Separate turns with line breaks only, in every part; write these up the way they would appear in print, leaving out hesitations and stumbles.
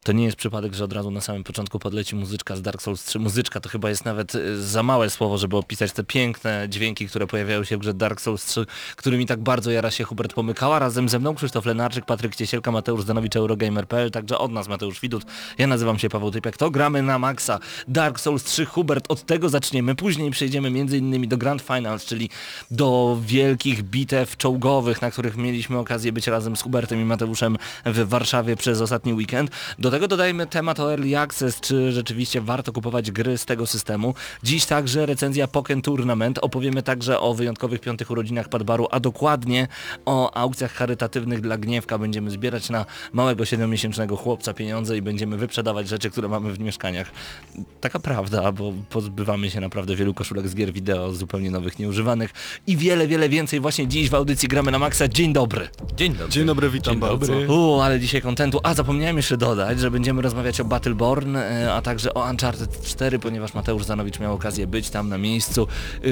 To nie jest przypadek, że od razu na samym początku podleci muzyczka z Dark Souls 3. Muzyczka to chyba jest nawet za małe słowo, żeby opisać te piękne dźwięki, które pojawiają się w grze Dark Souls 3, którymi tak bardzo jara się Hubert Pomykała. Razem ze mną Krzysztof Lenarczyk, Patryk Ciesielka, Mateusz Zdanowicz, Eurogamer.pl, także od nas Mateusz Widut. Ja nazywam się Paweł Typiak. To gramy na maksa. Dark Souls 3, Hubert, od tego zaczniemy. Później przejdziemy m.in. do Grand Finals, czyli do wielkich bitew czołgowych, na których mieliśmy okazję być razem z Hubertem i Mateuszem w Warszawie przez ostatni weekend. Do tego dodajmy temat o Early Access, czy rzeczywiście warto kupować gry z tego systemu. Dziś także recenzja Pokken Tournament. Opowiemy także o wyjątkowych 5. urodzinach Padbaru, a dokładnie o aukcjach charytatywnych dla Gniewka. Będziemy zbierać na małego 7-miesięcznego chłopca pieniądze i będziemy wyprzedawać rzeczy, które mamy w mieszkaniach. Taka prawda, bo pozbywamy się naprawdę wielu koszulek z gier wideo, zupełnie nowych, nieużywanych i wiele, wiele więcej właśnie dziś w audycji Gramy na Maxa. Dzień dobry.
Dzień dobry.
Dzień dobry, witam bardzo.
Ale dzisiaj kontentu. A zapomniałem jeszcze dodać, że będziemy rozmawiać o Battleborn, a także o Uncharted 4, ponieważ Mateusz Zanowicz miał okazję być tam na miejscu.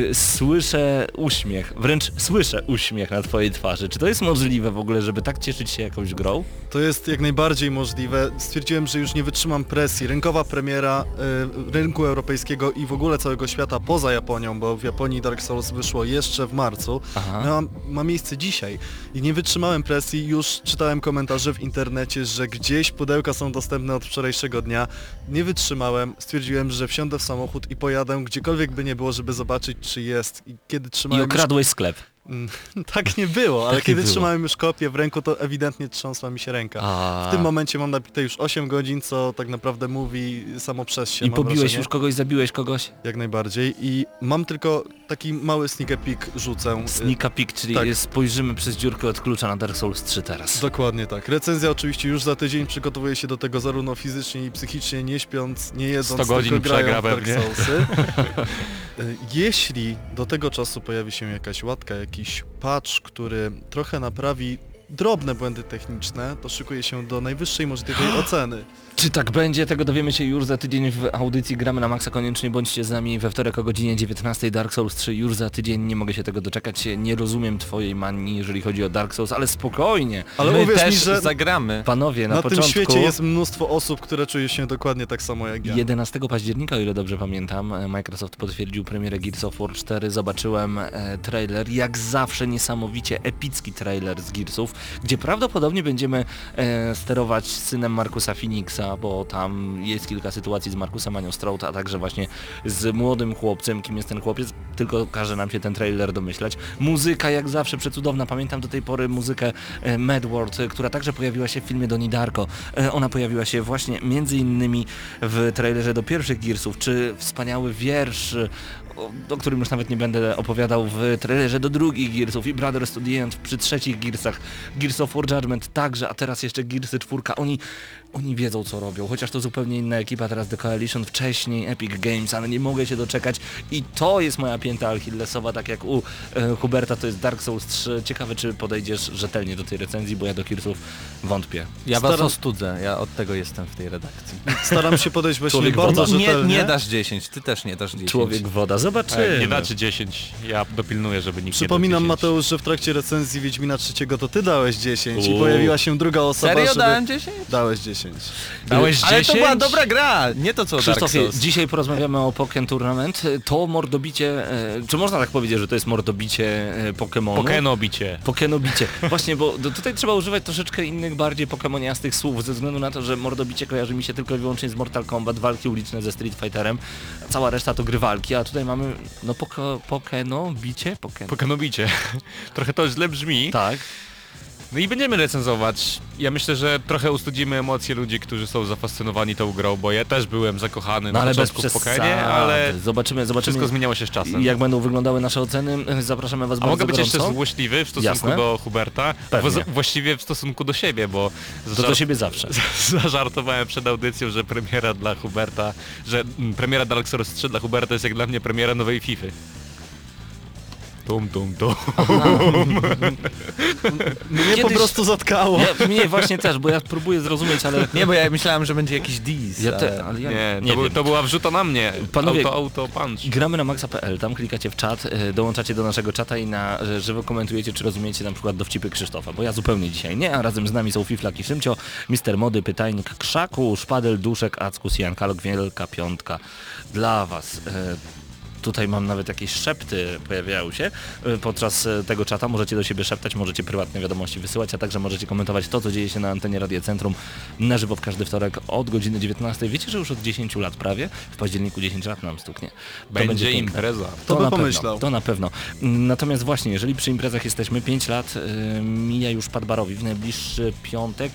Słyszę uśmiech, wręcz słyszę uśmiech na twojej twarzy. Czy to jest możliwe w ogóle, żeby tak cieszyć się jakąś grą?
To jest jak najbardziej możliwe. Stwierdziłem, że już nie wytrzymam presji. Rynkowa premiera rynku europejskiego i w ogóle całego świata poza Japonią, bo w Japonii Dark Souls wyszło jeszcze w marcu. Ma miejsce dzisiaj i nie wytrzymałem presji. Już czytałem komentarze w internecie, że gdzieś pudełka są dostępne od wczorajszego dnia. Nie wytrzymałem. Stwierdziłem, że wsiądę w samochód i pojadę gdziekolwiek by nie było, żeby zobaczyć, czy jest. I kiedy trzymałem...
I okradłeś sklep.
Tak nie było, ale
tak
kiedy trzymałem już kopię w ręku, to ewidentnie trząsła mi się ręka. W tym momencie mam napite już 8 godzin, co tak naprawdę mówi samo przez się.
I pobiłeś już kogoś, zabiłeś kogoś?
Jak najbardziej i mam tylko taki mały sneak peek rzucę.
Sneak peek, czyli tak. Spojrzymy przez dziurkę od klucza na Dark Souls 3 teraz.
Dokładnie tak. Recenzja oczywiście już za tydzień, przygotowuję się do tego zarówno fizycznie i psychicznie, nie śpiąc, nie jedząc,
100 godzin
tylko grając w
pewnie.
Dark Soulsy. Jeśli do tego czasu pojawi się jakaś łatka, jakiś patch, który trochę naprawi drobne błędy techniczne, to szykuje się do najwyższej możliwej oceny.
Czy tak będzie? Tego dowiemy się już za tydzień w audycji Gramy na Maxa. Koniecznie bądźcie z nami we wtorek o godzinie 19. Dark Souls 3 już za tydzień. Nie mogę się tego doczekać. Nie rozumiem twojej manii, jeżeli chodzi o Dark Souls, ale spokojnie.
Ale
my
uwierz
też
mi, że
zagramy.
Panowie, na początku...
tym świecie jest mnóstwo osób, które czują się dokładnie tak samo jak ja.
11 października, o ile dobrze pamiętam, Microsoft potwierdził premierę Gears of War 4. Zobaczyłem trailer, jak zawsze niesamowicie epicki trailer z Gearsów, gdzie prawdopodobnie będziemy sterować synem Markusa Phoenixa, bo tam jest kilka sytuacji z Markusem Manią Stroud, a także właśnie z młodym chłopcem. Kim jest ten chłopiec? Tylko każe nam się ten trailer domyślać. Muzyka jak zawsze przecudowna. Pamiętam do tej pory muzykę Mad World, która także pojawiła się w filmie Donnie Darko. Ona pojawiła się właśnie między innymi w trailerze do pierwszych Gearsów, czy wspaniały wiersz, o którym już nawet nie będę opowiadał, w trailerze do drugich Gearsów i Brothers to the End przy trzecich Gearsach, Gears of War Judgment także, a teraz jeszcze Gearsy 4. Oni wiedzą co robią, chociaż to zupełnie inna ekipa, teraz The Coalition, wcześniej Epic Games, ale nie mogę się doczekać i to jest moja pięta achillesowa, tak jak u Huberta to jest Dark Souls 3. Ciekawe, czy podejdziesz rzetelnie do tej recenzji, bo ja do Gearsów wątpię.
Ja was ostudzę, ja od tego jestem w tej redakcji.
Staram się podejść właśnie
Człowiek
bardzo
woda.
rzetelnie.
Nie dasz 10, ty też nie dasz 10.
Człowiek woda, zobaczymy.
Nie dacie 10, ja dopilnuję, żeby nikt
Przypominam,
nie dał 10.
Mateusz, że w trakcie recenzji Wiedźmina 3 to ty dałeś 10 i pojawiła się druga osoba,
Serio
żeby...
dałem 10?
Dałeś 10.
Dałeś 10?
Ale to była dobra gra, nie to co Dark
Krzysztofie,
Souls.
dzisiaj porozmawiamy o Pokken Tournament. To mordobicie, czy można tak powiedzieć, że to jest mordobicie Pokemonu?
Pokenobicie.
Pokenobicie. Właśnie, bo tutaj trzeba używać troszeczkę innych, bardziej pokemoniastych słów, ze względu na to, że mordobicie kojarzy mi się tylko i wyłącznie z Mortal Kombat, walki uliczne ze Street Fighterem. Cała reszta to gry walki, a tutaj mamy, no Pokenobicie?
Pokenobicie. Trochę to źle brzmi.
Tak.
No i będziemy recenzować. Ja myślę, że trochę ustudzimy emocje ludzi, którzy są zafascynowani tą grą, bo ja też byłem zakochany na
ale
początku
bez
w Pokkenie, ale
zobaczymy,
wszystko zmieniało się z czasem.
jak będą wyglądały nasze oceny. Zapraszamy was
A
bardzo
mogę być
gorąco.
jeszcze złośliwy w stosunku
Jasne.
do Huberta?
Pewnie.
Właściwie w stosunku do siebie, bo
To do siebie zawsze.
zażartowałem przed audycją, że premiera dla Huberta, że premiera Dark Souls 3 dla Huberta jest jak dla mnie premiera nowej Fify. tum tum tum.
Mnie po
Kiedyś-
prostu zatkało.
Mnie właśnie też, bo ja próbuję zrozumieć, ale...
Nie, bo ja myślałem, że będzie jakiś diss.
Ale ja
Nie,
nie wiem.
to była wrzuta na mnie.
Panowie-
Auto punch.
Gramy na maxa.pl, tam klikacie w czat, dołączacie do naszego czata i na żywo komentujecie, czy rozumiecie na przykład dowcipy Krzysztofa, bo ja zupełnie dzisiaj nie, a razem z nami są Fiflak i Szymcio, Mister Mody, Pytajnik, Krzaku, Szpadel, Duszek, Ackus i Jankalok, wielka piątka dla was. Tutaj mam nawet jakieś szepty pojawiają się podczas tego czata, możecie do siebie szeptać, możecie prywatne wiadomości wysyłać, a także możecie komentować to, co dzieje się na antenie Radia Centrum na żywo w każdy wtorek od godziny 19. Wiecie, że już od 10 lat prawie, w październiku 10 lat nam stuknie. To
Będzie
piękne.
impreza.
To by
na
pomyślał.
Pewno, to na pewno. Natomiast właśnie, jeżeli przy imprezach jesteśmy 5 lat, mija już Padbarowi. W najbliższy piątek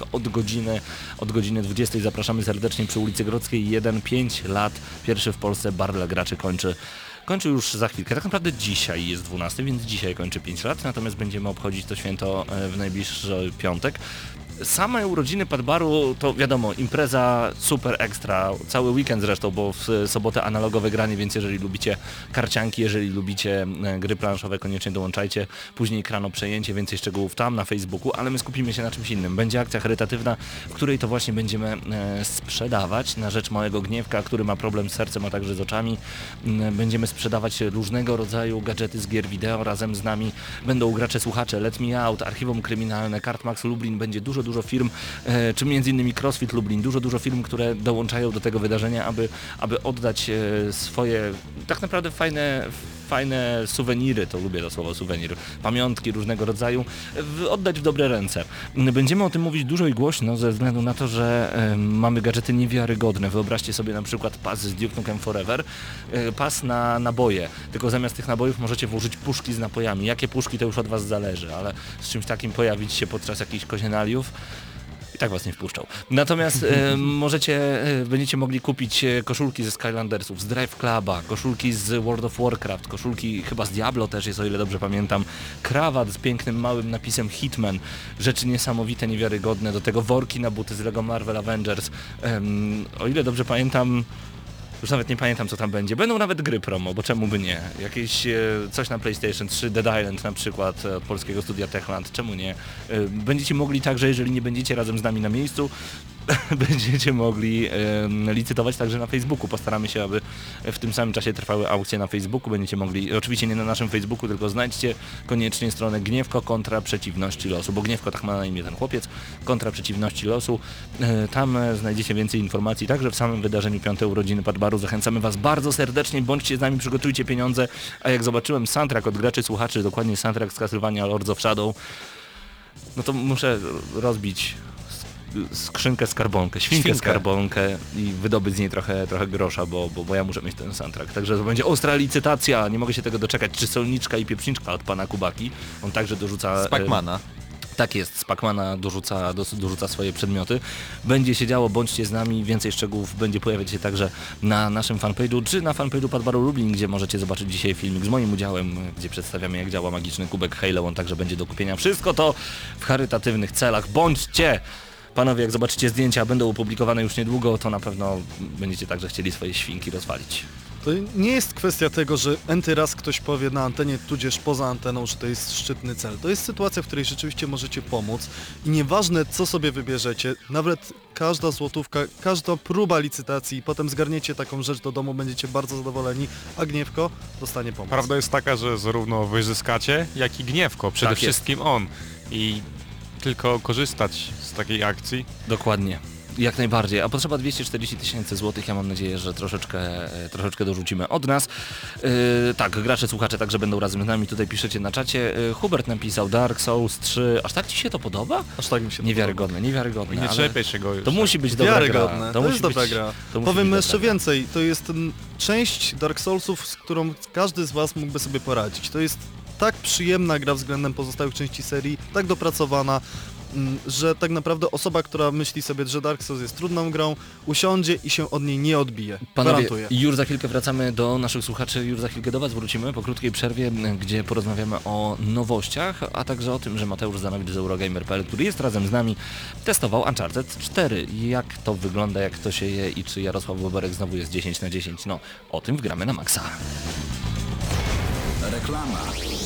od godziny 20 zapraszamy serdecznie przy ulicy Grodzkiej 1, 5 lat. Pierwszy w Polsce bar dla graczy kończy już za chwilkę. Tak naprawdę dzisiaj jest 12, więc dzisiaj kończy 5 lat, natomiast będziemy obchodzić to święto w najbliższy piątek. Same urodziny Padbaru to wiadomo, impreza super ekstra, cały weekend zresztą, bo w sobotę analogowe granie, więc jeżeli lubicie karcianki, jeżeli lubicie gry planszowe, koniecznie dołączajcie. Później Krano przejęcie, więcej szczegółów tam na Facebooku, ale my skupimy się na czymś innym. Będzie akcja charytatywna, w której to właśnie będziemy sprzedawać na rzecz małego Gniewka, który ma problem z sercem, a także z oczami. Będziemy sprzedawać różnego rodzaju gadżety z gier wideo. Razem z nami będą gracze, słuchacze, Let Me Out, Archiwum Kryminalne, Kartmax Lublin, będzie dużo firm, czy między innymi CrossFit Lublin, dużo firm, które dołączają do tego wydarzenia, aby oddać swoje tak naprawdę fajne suweniry, to lubię to słowo suwenir, pamiątki różnego rodzaju, oddać w dobre ręce. Będziemy o tym mówić dużo i głośno ze względu na to, że mamy gadżety niewiarygodne. Wyobraźcie sobie na przykład pas z Duke Nukem Forever, pas na naboje, tylko zamiast tych nabojów możecie włożyć puszki z napojami. Jakie puszki to już od was zależy, ale z czymś takim pojawić się podczas jakichś kozienaliów i tak was nie wpuszczał. Natomiast będziecie mogli kupić koszulki ze Skylandersów, z Drive Cluba, koszulki z World of Warcraft, koszulki chyba z Diablo też jest, o ile dobrze pamiętam, krawat z pięknym małym napisem Hitman, rzeczy niesamowite, niewiarygodne, do tego worki na buty z Lego Marvel Avengers, o ile dobrze pamiętam, już nawet nie pamiętam, co tam będzie. Będą nawet gry promo, bo czemu by nie? Jakieś coś na PlayStation 3, Dead Island na przykład od polskiego studia Techland, czemu nie? Będziecie mogli także, jeżeli nie będziecie razem z nami na miejscu, będziecie mogli licytować także na Facebooku. Postaramy się, aby w tym samym czasie trwały aukcje na Facebooku. Będziecie mogli, oczywiście nie na naszym Facebooku, tylko znajdźcie koniecznie stronę Gniewko kontra przeciwności losu, bo Gniewko tak ma na imię ten chłopiec, kontra przeciwności losu. Tam znajdziecie więcej informacji, także w samym wydarzeniu 5. urodziny Padbaru. Zachęcamy was bardzo serdecznie, bądźcie z nami, przygotujcie pieniądze, a jak zobaczyłem soundtrack od graczy słuchaczy, dokładnie soundtrack z Castlevania Lords of Shadow, no to muszę rozbić skrzynkę skarbonkę, świnkę skarbonkę i wydobyć z niej trochę grosza, bo ja muszę mieć ten soundtrack. Także to będzie ostra licytacja, nie mogę się tego doczekać. Czy solniczka i pieprzniczka od pana Kubaki, on także dorzuca...
Z Pacmana.
Tak jest, z Pacmana dorzuca swoje przedmioty. Będzie się działo, bądźcie z nami, więcej szczegółów będzie pojawiać się także na naszym fanpage'u, czy na fanpage'u Padbaru Lublin, gdzie możecie zobaczyć dzisiaj filmik z moim udziałem, gdzie przedstawiamy, jak działa magiczny kubek Halo, on także będzie do kupienia. Wszystko to w charytatywnych celach. Bądźcie! Panowie, jak zobaczycie zdjęcia, będą opublikowane już niedługo, to na pewno będziecie także chcieli swoje świnki rozwalić.
To nie jest kwestia tego, że enty raz ktoś powie na antenie, tudzież poza anteną, że to jest szczytny cel. To jest sytuacja, w której rzeczywiście możecie pomóc i nieważne, co sobie wybierzecie, nawet każda złotówka, każda próba licytacji, potem zgarniecie taką rzecz do domu, będziecie bardzo zadowoleni, a Gniewko dostanie pomoc.
Prawda jest taka, że zarówno wy zyskacie, jak i Gniewko. Przede
Tak jest.
wszystkim on. I tylko korzystać z takiej akcji.
Dokładnie. Jak najbardziej, a potrzeba 240 000 złotych, ja mam nadzieję, że troszeczkę dorzucimy od nas. Tak, gracze, słuchacze także będą razem z nami, tutaj piszecie na czacie. Hubert napisał Dark Souls 3, aż tak ci się to podoba?
Aż tak mi się
Niewiarygodne.
Nie
ale
czepiaj się go już.
to musi być dobra
Wiarygodne,
gra.
to
musi
jest dobra
być,
gra.
to musi
Powiem
być
jeszcze
dobra gra.
więcej, to jest część Dark Soulsów, z którą każdy z was mógłby sobie poradzić. To jest tak przyjemna gra względem pozostałych części serii, tak dopracowana, że tak naprawdę osoba, która myśli sobie, że Dark Souls jest trudną grą, usiądzie i się od niej nie odbije.
Panowie,
Gwarantuję.
już za chwilkę wracamy do naszych słuchaczy, już za chwilkę do was wrócimy po krótkiej przerwie, gdzie porozmawiamy o nowościach, a także o tym, że Mateusz Zanowicz z Eurogamer.pl, który jest razem z nami, testował Uncharted 4. Jak to wygląda, jak to się je i czy Jarosław Boberek znowu jest 10/10. No, o tym wgramy na maksa.
Reklama.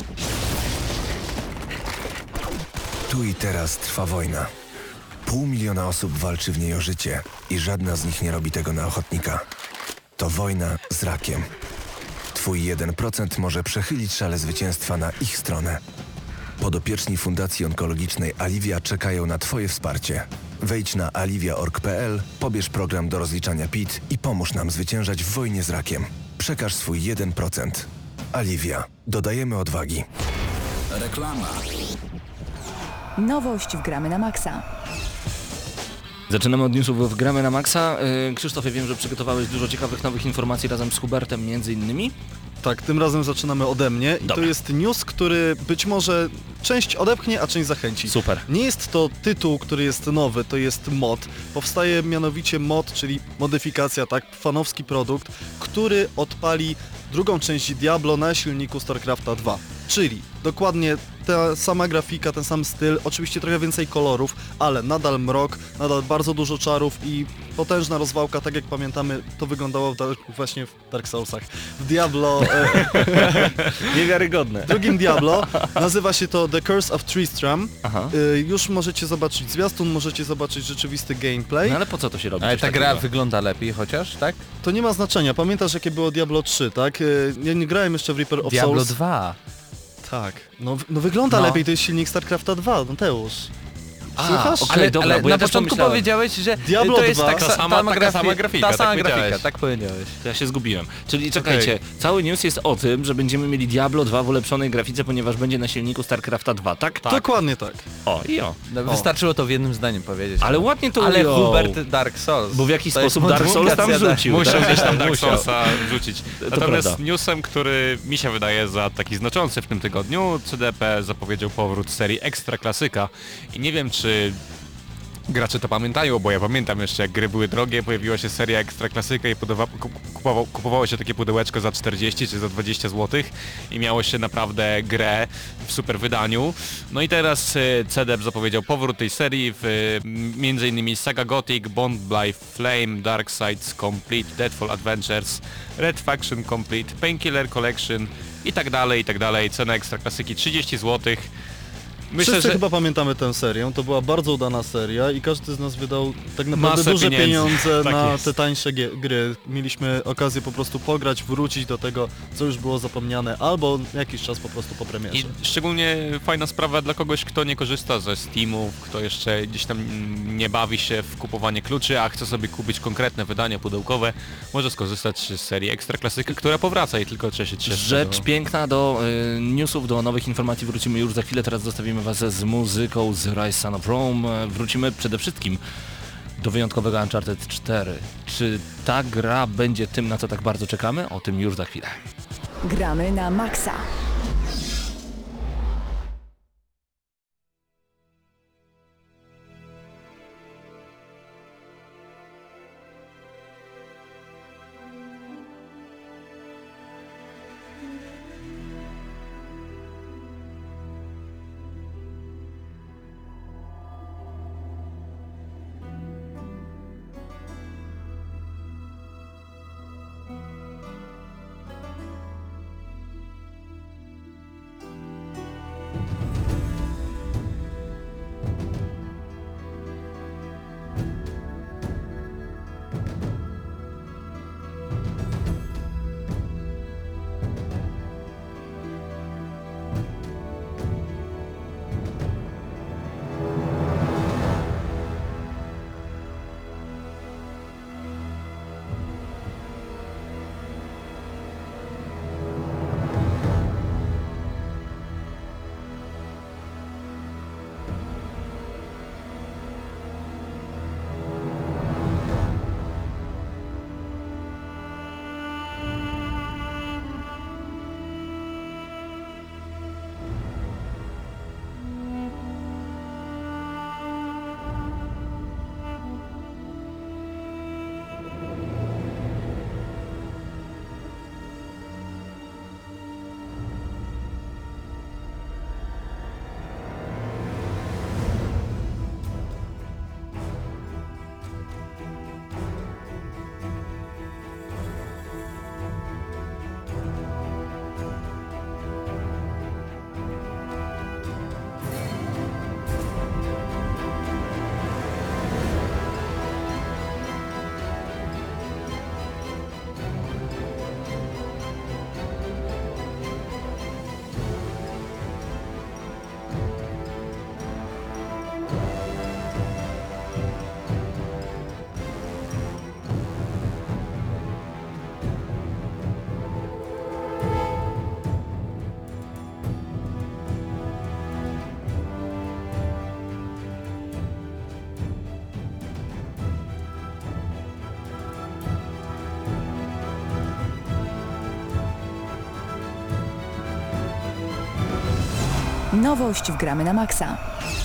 Tu i teraz trwa wojna. 500 000 osób walczy w niej o życie i żadna z nich nie robi tego na ochotnika. To wojna z rakiem. Twój 1% może przechylić szale zwycięstwa na ich stronę. Podopieczni Fundacji Onkologicznej Alivia czekają na Twoje wsparcie. Wejdź na alivia.org.pl, pobierz program do rozliczania PIT i pomóż nam zwyciężać w wojnie z rakiem. Przekaż swój 1%. Alivia. Dodajemy odwagi.
Reklama.
Nowość w Gramy na Maxa.
Zaczynamy od newsów w Gramy na Maxa. Krzysztofie, wiem, że przygotowałeś dużo ciekawych nowych informacji razem z Hubertem między innymi.
Tak, tym razem zaczynamy ode mnie i
Dobra.
to jest news, który być może część odepchnie, a część zachęci.
Super.
Nie jest to tytuł, który jest nowy, to jest mod. Powstaje mianowicie mod, czyli modyfikacja, tak, fanowski produkt, który odpali drugą część Diablo na silniku StarCrafta 2. Czyli dokładnie ta sama grafika, ten sam styl, oczywiście trochę więcej kolorów, ale nadal mrok, nadal bardzo dużo czarów i potężna rozwałka, tak jak pamiętamy, to wyglądało właśnie w Dark Soulsach. W Diablo,
Niewiarygodne.
drugim Diablo, nazywa się to The Curse of Tristram.
Aha.
Już możecie zobaczyć zwiastun, możecie zobaczyć rzeczywisty gameplay.
No ale po co to się robi?
Ale
coś
ta gra
takiego?
wygląda lepiej chociaż, tak?
To nie ma znaczenia, pamiętasz jakie było Diablo 3, tak? Ja nie grałem jeszcze w Reaper of
Diablo
Souls.
2.
Tak. No wygląda
No.
lepiej, to jest silnik StarCrafta 2, Mateusz.
A,
Słychasz?
okej, dobra, bo ja
na
też
początku
pomyślałem.
powiedziałeś, że
Diablo
to jest
2.
taka sama grafika, ta sama
tak
grafika,
powiedziałeś.
tak powiedziałeś.
To ja się zgubiłem. Czyli czekajcie, cały news jest o tym, że będziemy mieli Diablo 2 w ulepszonej grafice, ponieważ będzie na silniku StarCrafta 2, tak?
Dokładnie tak.
O, i o.
No, wystarczyło to w jednym zdaniu powiedzieć.
Ale ładnie to
Ale
ujął.
Hubert Dark Souls.
Bo w jakiś
To jest
sposób Dark Souls tam
modyfikacja,
wrzucił.
Musiał
tak?
gdzieś tam Dark
Musiał.
Soulsa wrzucić. Natomiast
prawda.
newsem, który mi się wydaje za taki znaczący w tym tygodniu, CDP zapowiedział powrót serii Ekstra Klasyka i nie wiem, czy gracze to pamiętają, bo ja pamiętam jeszcze, jak gry były drogie, pojawiła się seria Ekstra Klasyka i kupowało się takie pudełeczko za 40 czy za 20 zł i miało się naprawdę grę w super wydaniu. No i teraz CDP zapowiedział powrót tej serii w m.in. Saga Gothic, Bond Life Flame, Dark Sides Complete, Deadfall Adventures, Red Faction Complete, Painkiller Collection i tak dalej. Cena Ekstra Klasyki 30 zł. Myślę,
Wszyscy
że
chyba pamiętamy tę serię, to była bardzo udana seria i każdy z nas wydał tak naprawdę
Masę
duże
pieniędzy.
pieniądze
Tak
na
jest.
te tańsze gry. Mieliśmy okazję po prostu pograć, wrócić do tego, co już było zapomniane, albo jakiś czas po prostu po premierze.
i szczególnie fajna sprawa dla kogoś, kto nie korzysta ze Steamów, kto jeszcze gdzieś tam nie bawi się w kupowanie kluczy, a chce sobie kupić konkretne wydania pudełkowe, może skorzystać z serii Ekstra Klasyka, która powraca i tylko trzeba się cieszyć.
Rzecz piękna, do newsów, do nowych informacji wrócimy już za chwilę, teraz zostawimy was z muzyką z Rise Son of Rome. Wrócimy przede wszystkim do wyjątkowego Uncharted 4. Czy ta gra będzie tym, na co tak bardzo czekamy? O tym już za chwilę.
Gramy na Maxa. Nowość w Gramy na Maxa.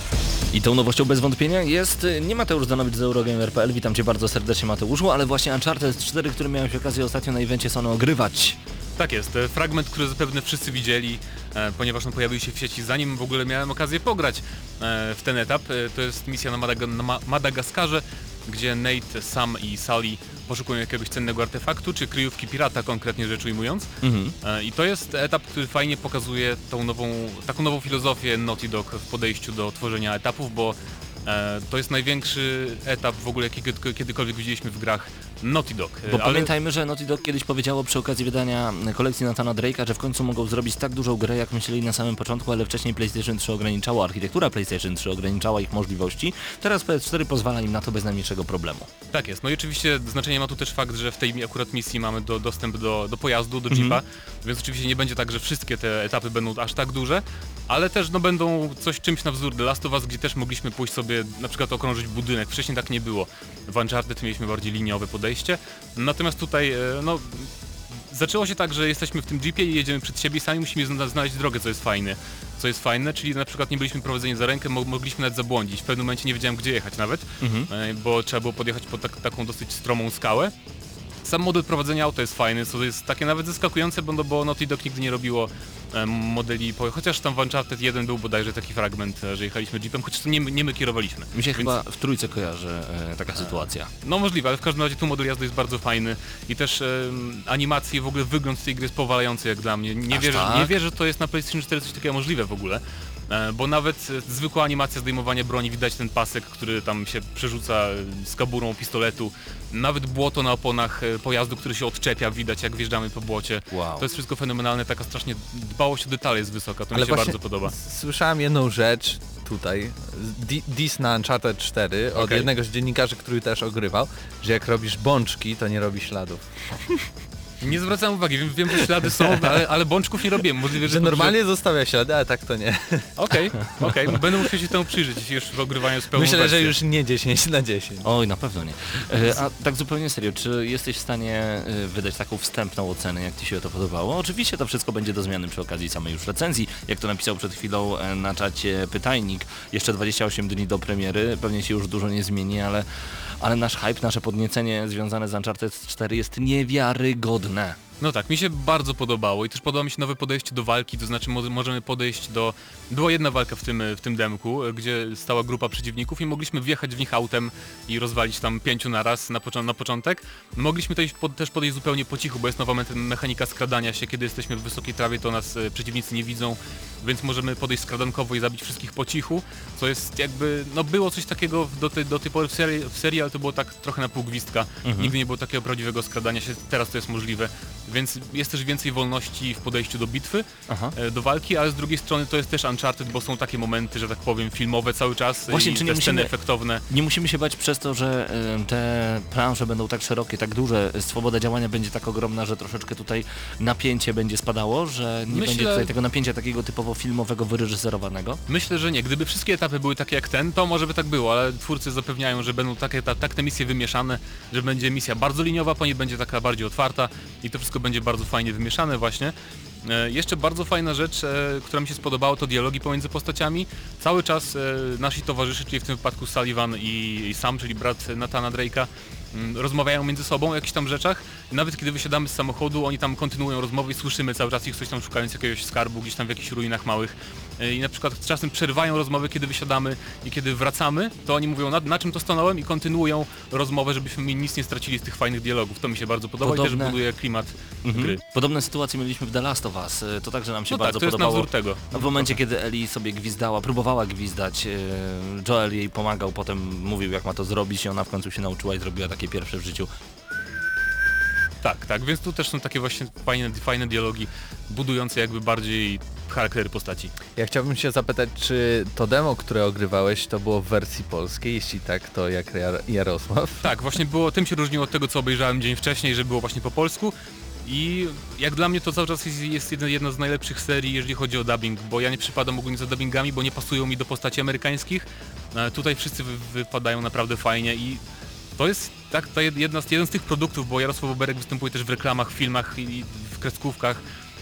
I tą nowością bez wątpienia jest nie Mateusz Zdanowicz z Eurogamer.pl. Witam Cię bardzo serdecznie, Mateuszu, ale właśnie Uncharted 4, który miałem okazję ostatnio na evencie Sony ogrywać.
Tak jest, fragment, który zapewne wszyscy widzieli, ponieważ on pojawił się w sieci zanim w ogóle miałem okazję pograć w ten etap. To jest misja na Madagaskarze, gdzie Nate, Sam i Sully poszukują jakiegoś cennego artefaktu, czy kryjówki pirata konkretnie rzecz ujmując. I to jest etap, który fajnie pokazuje taką nową filozofię Naughty Dog w podejściu do tworzenia etapów, bo to jest największy etap w ogóle, jaki kiedykolwiek widzieliśmy w grach Naughty Dog.
Bo pamiętajmy, że Naughty Dog kiedyś powiedziało przy okazji wydania kolekcji Nathana Drake'a, że w końcu mogą zrobić tak dużą grę, jak myśleli na samym początku, ale wcześniej PlayStation 3 ograniczało, architektura PlayStation 3 ograniczała ich możliwości. Teraz PS4 pozwala im na to bez najmniejszego problemu.
Tak jest. No i oczywiście znaczenie ma tu też fakt, że w tej akurat misji mamy dostęp do pojazdu, do jeepa, więc oczywiście nie będzie tak, że wszystkie te etapy będą aż tak duże, ale też będą czymś na wzór The Last of Us, gdzie też mogliśmy pójść sobie na przykład okrążyć budynek. Wcześniej tak nie było. W Uncharted mieliśmy bardziej liniowe podejście, natomiast tutaj zaczęło się tak, że jesteśmy w tym jeepie i jedziemy przed siebie i sami musimy znaleźć drogę, co jest fajne, czyli na przykład nie byliśmy prowadzeni za rękę, mogliśmy nawet zabłądzić. W pewnym momencie nie wiedziałem, gdzie jechać nawet, bo trzeba było podjechać pod taką dosyć stromą skałę. Sam model prowadzenia auta jest fajny, co jest takie nawet zaskakujące, bo Naughty Dog nigdy nie robiło modeli, chociaż tam w Uncharted 1 był bodajże taki fragment, że jechaliśmy jeepem, chociaż to nie my kierowaliśmy.
Mi się chyba w trójce kojarzy taka sytuacja.
No możliwe, ale w każdym razie tu model jazdy jest bardzo fajny i też animacje i w ogóle wygląd tej gry jest powalający jak dla mnie. Nie wierzę, że to jest na PlayStation 4 coś takiego możliwe w ogóle. Bo nawet zwykła animacja zdejmowania broni, widać ten pasek, który tam się przerzuca z kaburą pistoletu, nawet błoto na oponach pojazdu, który się odczepia, widać jak wjeżdżamy po błocie.
Wow.
To jest wszystko fenomenalne, taka strasznie dbałość o detale jest wysoka, to
Ale
mi się
właśnie
bardzo podoba.
Słyszałem jedną rzecz tutaj, diss na Uncharted 4 od jednego z dziennikarzy, który też ogrywał, że jak robisz bączki, to nie robi śladów.
Nie zwracam uwagi, wiem, że ślady są, ale bączków nie robiłem. Możliwe,
że normalnie zostawia ślady, ale tak to nie.
Okej. Będę musiał się temu przyjrzeć już w ogrywaniu z pełną
Myślę,
wersję.
że już nie 10 na 10.
Oj, na pewno nie. A tak zupełnie serio, czy jesteś w stanie wydać taką wstępną ocenę, jak Ci się to podobało? Oczywiście to wszystko będzie do zmiany przy okazji samej już recenzji. Jak to napisał przed chwilą na czacie pytajnik, jeszcze 28 dni do premiery, pewnie się już dużo nie zmieni, ale nasz hype, nasze podniecenie związane z Uncharted 4 jest niewiarygodne.
No tak, mi się bardzo podobało i też podoba mi się nowe podejście do walki, to znaczy możemy podejść do... Była jedna walka w tym demku, gdzie stała grupa przeciwników i mogliśmy wjechać w nich autem i rozwalić tam 5 naraz na początek. Mogliśmy też podejść zupełnie po cichu, bo jest nowa mechanika skradania się, kiedy jesteśmy w wysokiej trawie, to nas przeciwnicy nie widzą, więc możemy podejść skradankowo i zabić wszystkich po cichu, co jest jakby... No było coś takiego do tej pory w serii, ale to było tak trochę na pół gwizdka. Nigdy nie było takiego prawdziwego skradania się, teraz to jest możliwe. Więc jest też więcej wolności w podejściu do bitwy, do walki, ale z drugiej strony to jest też Uncharted, bo są takie momenty, że tak powiem, filmowe cały czas. Właśnie, i te sceny efektowne.
Nie musimy się bać przez to, że te plansze będą tak szerokie, tak duże, swoboda działania będzie tak ogromna, że troszeczkę tutaj napięcie będzie spadało, że nie będzie tutaj tego napięcia takiego typowo filmowego, wyreżyserowanego?
Myślę, że nie. Gdyby wszystkie etapy były takie jak ten, to może by tak było, ale twórcy zapewniają, że będą tak te misje wymieszane, że będzie misja bardzo liniowa, później będzie taka bardziej otwarta i to wszystko będzie bardzo fajnie wymieszane właśnie. Jeszcze bardzo fajna rzecz, która mi się spodobała, to dialogi pomiędzy postaciami. Cały czas nasi towarzysze, czyli w tym wypadku Sullivan i Sam, czyli brat Nathana Drake'a, rozmawiają między sobą o jakichś tam rzeczach. Nawet kiedy wysiadamy z samochodu, oni tam kontynuują rozmowy i słyszymy cały czas ich coś tam szukając jakiegoś skarbu, gdzieś tam w jakichś ruinach małych. I na przykład czasem przerywają rozmowy, kiedy wysiadamy i kiedy wracamy, to oni mówią na czym to stanąłem i kontynuują rozmowę, żebyśmy nic nie stracili z tych fajnych dialogów. To mi się bardzo podoba i też buduje klimat gry.
Podobne sytuacje mieliśmy w The Last of Us. To także nam się bardzo
to jest
podobało.
Na wzór tego.
W momencie, kiedy Ellie sobie gwizdała, próbowała gwizdać, Joel jej pomagał, potem mówił, jak ma to zrobić i ona w końcu się nauczyła i zrobiła takie pierwsze w życiu.
Tak, więc tu też są takie właśnie fajne dialogi, budujące jakby bardziej charaktery postaci.
Ja chciałbym się zapytać, czy to demo, które ogrywałeś, to było w wersji polskiej? Jeśli tak, to jak Jarosław?
Tak, właśnie tym się różniło od tego, co obejrzałem dzień wcześniej, że było właśnie po polsku. I jak dla mnie to cały czas jest jedna z najlepszych serii, jeżeli chodzi o dubbing, bo ja nie przypadam ogólnie za dubbingami, bo nie pasują mi do postaci amerykańskich. Tutaj wszyscy wypadają naprawdę fajnie i to jest jeden z tych produktów, bo Jarosław Boberek występuje też w reklamach, filmach i w kreskówkach.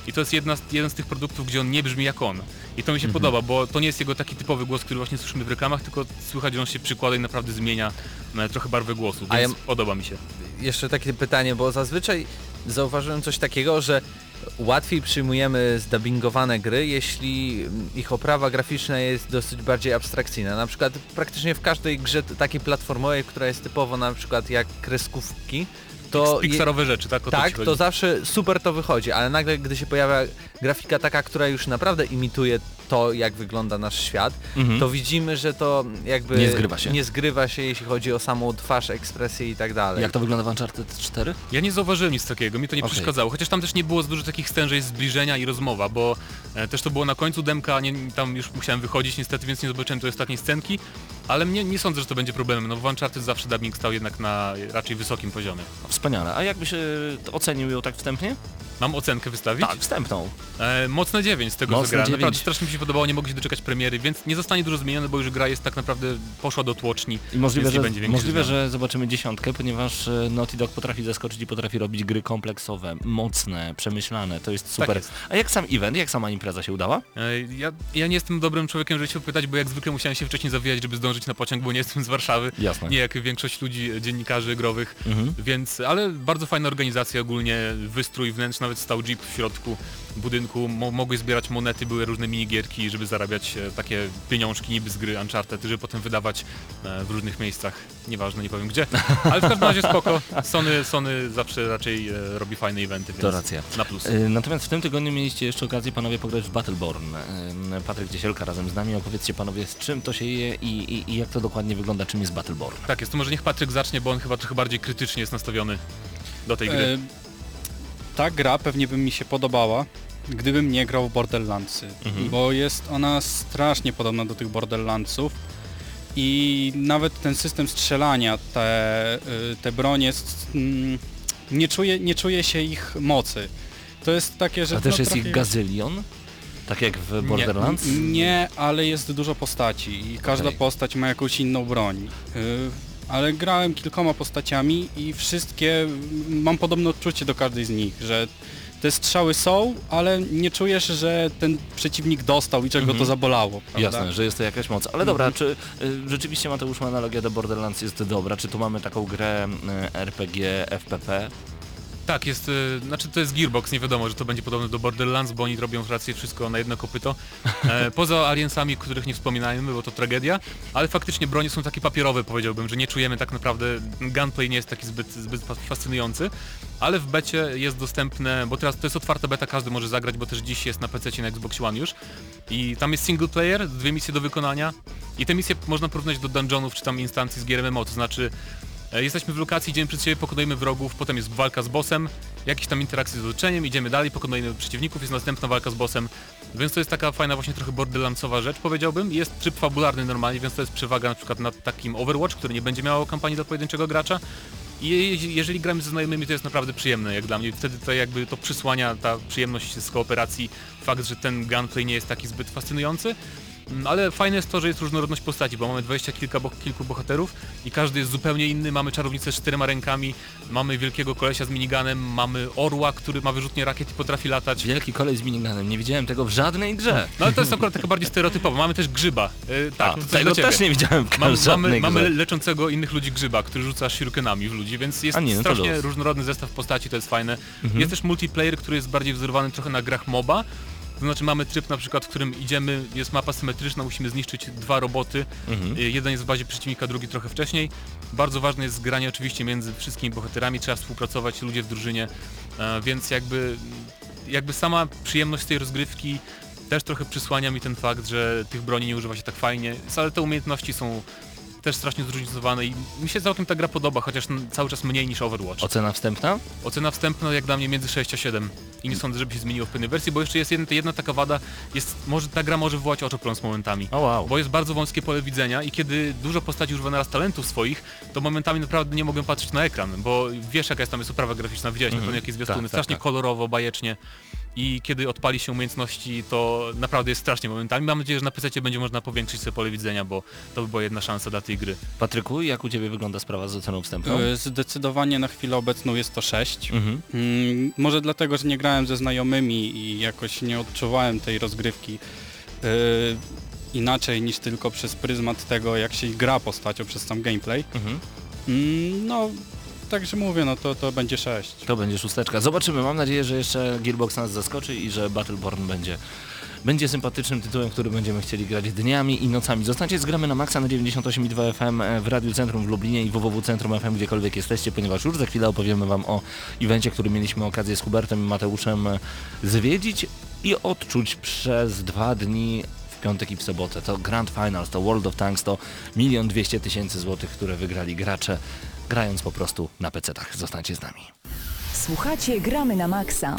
i to jest jeden z tych produktów, gdzie on nie brzmi jak on. I to mi się podoba, bo to nie jest jego taki typowy głos, który właśnie słyszymy w reklamach, tylko słychać, że on się przykłada i naprawdę zmienia trochę barwę głosu, więc podoba mi się.
Jeszcze takie pytanie, bo zazwyczaj zauważyłem coś takiego, że łatwiej przyjmujemy zdubbingowane gry, jeśli ich oprawa graficzna jest dosyć bardziej abstrakcyjna. Na przykład praktycznie w każdej grze takiej platformowej, która jest typowo na przykład jak kreskówki, to
Pixarowe rzeczy, tak?
Tak, to zawsze super to wychodzi, ale nagle gdy się pojawia grafika taka, która już naprawdę imituje to, jak wygląda nasz świat, to widzimy, że to jakby nie zgrywa się, jeśli chodzi o samą twarz, ekspresję i tak dalej.
Jak to wygląda w Uncharted 4?
Ja nie zauważyłem nic takiego, mi to nie przeszkadzało, chociaż tam też nie było za dużo takich stężeń zbliżenia i rozmowa, bo też to było na końcu demka, tam już musiałem wychodzić niestety, więc nie zobaczyłem tej ostatniej scenki, ale nie sądzę, że to będzie problemem, no w Uncharted zawsze dubbing stał jednak na raczej wysokim poziomie.
Wspaniale, a jakbyś ocenił ją tak wstępnie?
Mam ocenkę wystawić?
Tak, wstępną.
Mocne 9 z tego, co grałem. Naprawdę strasznie mi się podobało, nie mogę się doczekać premiery, więc nie zostanie dużo zmienione, bo już gra jest tak naprawdę poszła do tłoczni.
I możliwe, że zobaczymy 10, ponieważ Naughty Dog potrafi zaskoczyć i potrafi robić gry kompleksowe, mocne, przemyślane, to jest super. Tak jest. A jak sam event, jak sama impreza się udała?
Ja nie jestem dobrym człowiekiem, żeby się pytać, bo jak zwykle musiałem się wcześniej zawijać, żeby zdążyć na pociąg, bo nie jestem z Warszawy.
Jasne.
Nie jak większość ludzi, dziennikarzy growych, więc, ale bardzo fajna organizacja ogólnie, wystrój wnętrz, nawet stał jeep w środku budynku, mogłeś zbierać monety, były różne minigierki, żeby zarabiać takie pieniążki niby z gry Uncharted, żeby potem wydawać w różnych miejscach, nieważne, nie powiem gdzie, ale w każdym razie spoko, Sony zawsze raczej robi fajne eventy, więc
to racja.
Na plus.
Natomiast w tym tygodniu mieliście jeszcze okazję panowie pograć w Battleborn. Patryk Dziesielka razem z nami, opowiedzcie panowie, z czym to się je i jak to dokładnie wygląda, czym jest Battleborn.
Tak jest, to może niech Patryk zacznie, bo on chyba trochę bardziej krytycznie jest nastawiony do tej gry.
Ta gra pewnie by mi się podobała, gdybym nie grał w Borderlandsy, bo jest ona strasznie podobna do tych Borderlandsów i nawet ten system strzelania, te bronie, nie czuje się ich mocy. To jest takie, że...
A też jest ich gazylion? Tak jak w Borderlands?
Nie, ale jest dużo postaci i każda postać ma jakąś inną broń. Ale grałem kilkoma postaciami i wszystkie, mam podobne odczucie do każdej z nich, że te strzały są, ale nie czujesz, że ten przeciwnik dostał i czego to zabolało, prawda?
Jasne, że jest to jakaś moc. Ale dobra, czy rzeczywiście Mateusz ma analogia do Borderlands jest dobra? Czy tu mamy taką grę RPG, FPP?
Tak, jest, znaczy to jest Gearbox, nie wiadomo, że to będzie podobne do Borderlands, bo oni robią rację wszystko na jedno kopyto. Poza Aliensami, których nie wspominajmy, bo to tragedia, ale faktycznie bronie są takie papierowe, powiedziałbym, że nie czujemy tak naprawdę, gunplay nie jest taki zbyt fascynujący, ale w becie jest dostępne, bo teraz to jest otwarta beta, każdy może zagrać, bo też dziś jest na PC na Xbox One już i tam jest single player, 2 misje do wykonania i te misje można porównać do dungeonów czy tam instancji z gier MMO, to znaczy jesteśmy w lokacji, idziemy przed siebie, pokonujemy wrogów, potem jest walka z bossem, jakieś tam interakcje z otoczeniem, idziemy dalej, pokonujemy przeciwników, jest następna walka z bossem, więc to jest taka fajna właśnie trochę borderlandsowa rzecz, powiedziałbym. Jest tryb fabularny normalnie, więc to jest przewaga na przykład nad takim Overwatch, który nie będzie miał kampanii dla pojedynczego gracza. I jeżeli gramy ze znajomymi, to jest naprawdę przyjemne jak dla mnie, wtedy to jakby to przysłania ta przyjemność z kooperacji, fakt, że ten gunplay nie jest taki zbyt fascynujący. Ale fajne jest to, że jest różnorodność postaci, bo mamy 20 kilku bohaterów i każdy jest zupełnie inny, mamy czarownicę z 4 rękami, mamy wielkiego kolesia z miniganem, mamy orła, który ma wyrzutnie rakiet i potrafi latać.
Wielki koleś z miniganem, nie widziałem tego w żadnej grze.
No ale to jest akurat taka bardziej stereotypowa, mamy też grzyba. Tak,
tego też nie widziałem w żadnej grze.
Mamy leczącego innych ludzi grzyba, który rzuca shurikenami w ludzi, więc jest strasznie różnorodny zestaw postaci, to jest fajne. Jest też multiplayer, który jest bardziej wzorowany trochę na grach MOBA. To znaczy mamy tryb na przykład, w którym idziemy, jest mapa symetryczna, musimy zniszczyć 2 roboty, jeden jest w bazie przeciwnika, drugi trochę wcześniej. Bardzo ważne jest zgranie oczywiście między wszystkimi bohaterami, trzeba współpracować, ludzie w drużynie, więc jakby sama przyjemność tej rozgrywki też trochę przysłania mi ten fakt, że tych broni nie używa się tak fajnie, ale te umiejętności są też strasznie zróżnicowane i mi się całkiem ta gra podoba, chociaż cały czas mniej niż Overwatch.
Ocena wstępna?
Ocena wstępna jak dla mnie między 6 a 7 i nie sądzę, żeby się zmieniło w pewnej wersji, bo jeszcze jest jedna taka wada, ta gra może wywołać oczopląs momentami, bo jest bardzo wąskie pole widzenia i kiedy dużo postaci używa naraz talentów swoich, to momentami naprawdę nie mogę patrzeć na ekran, bo wiesz jaka jest tam oprawa graficzna, widziałeś na pewno jakieś zwiastuny, strasznie kolorowo, bajecznie. i kiedy odpali się umiejętności, to naprawdę jest strasznie momentami. Mam nadzieję, że na PC będzie można powiększyć sobie pole widzenia, bo to by była jedna szansa dla tej gry.
Patryku, jak u Ciebie wygląda sprawa z oceną wstępną?
Zdecydowanie na chwilę obecną jest to 6.
Mhm.
Może dlatego, że nie grałem ze znajomymi i jakoś nie odczuwałem tej rozgrywki inaczej niż tylko przez pryzmat tego, jak się gra postacią przez sam gameplay.
Mhm.
No, także mówię, no to będzie 6.
To będzie 6. Zobaczymy, mam nadzieję, że jeszcze Gearbox nas zaskoczy i że Battleborn będzie sympatycznym tytułem, który będziemy chcieli grać dniami i nocami. Zostańcie z Gramy na Maxa na 98,2 FM w Radiu Centrum w Lublinie i www Centrum FM, gdziekolwiek jesteście, ponieważ już za chwilę opowiemy Wam o evencie, który mieliśmy okazję z Hubertem i Mateuszem zwiedzić i odczuć przez 2 dni w piątek i w sobotę. To Grand Finals, to World of Tanks, to 1 200 000 złotych, które wygrali gracze, grając po prostu na PC-tach. Zostańcie z nami.
Słuchacie Gramy na Maxa.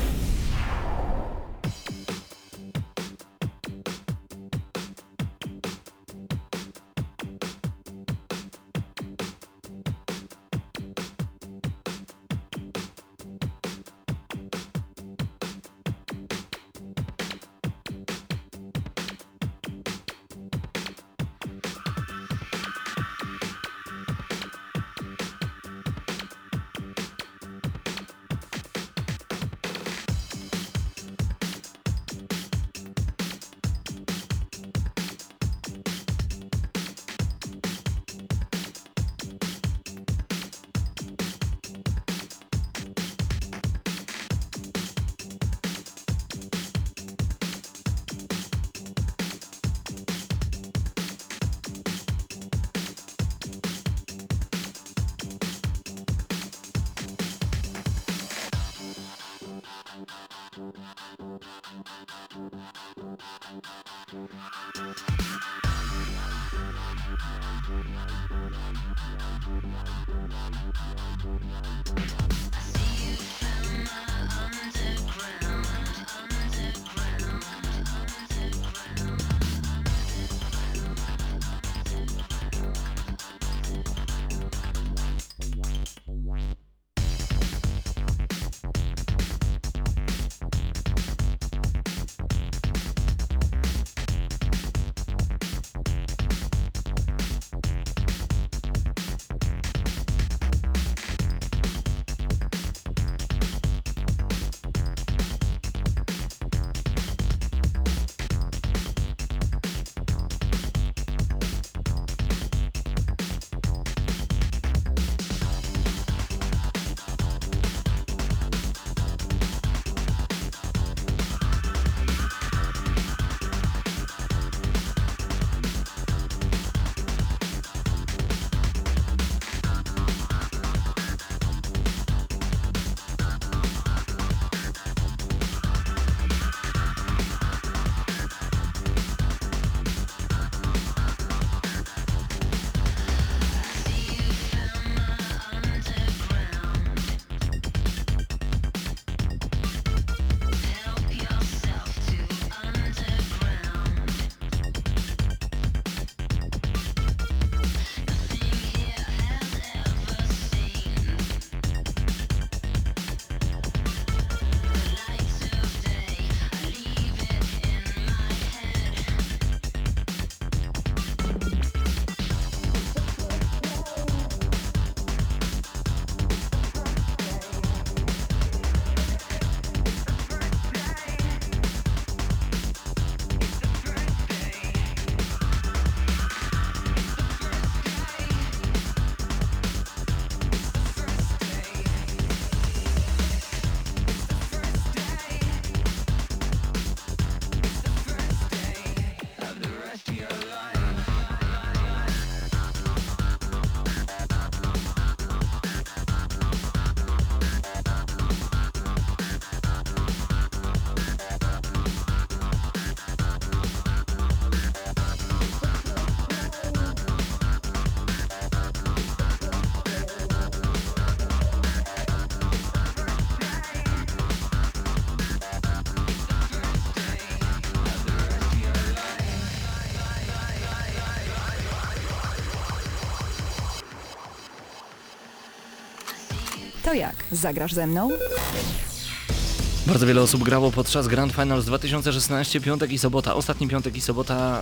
To jak, zagrasz ze mną?
Bardzo wiele osób grało podczas Grand Finals 2016, piątek i sobota. Ostatni piątek i sobota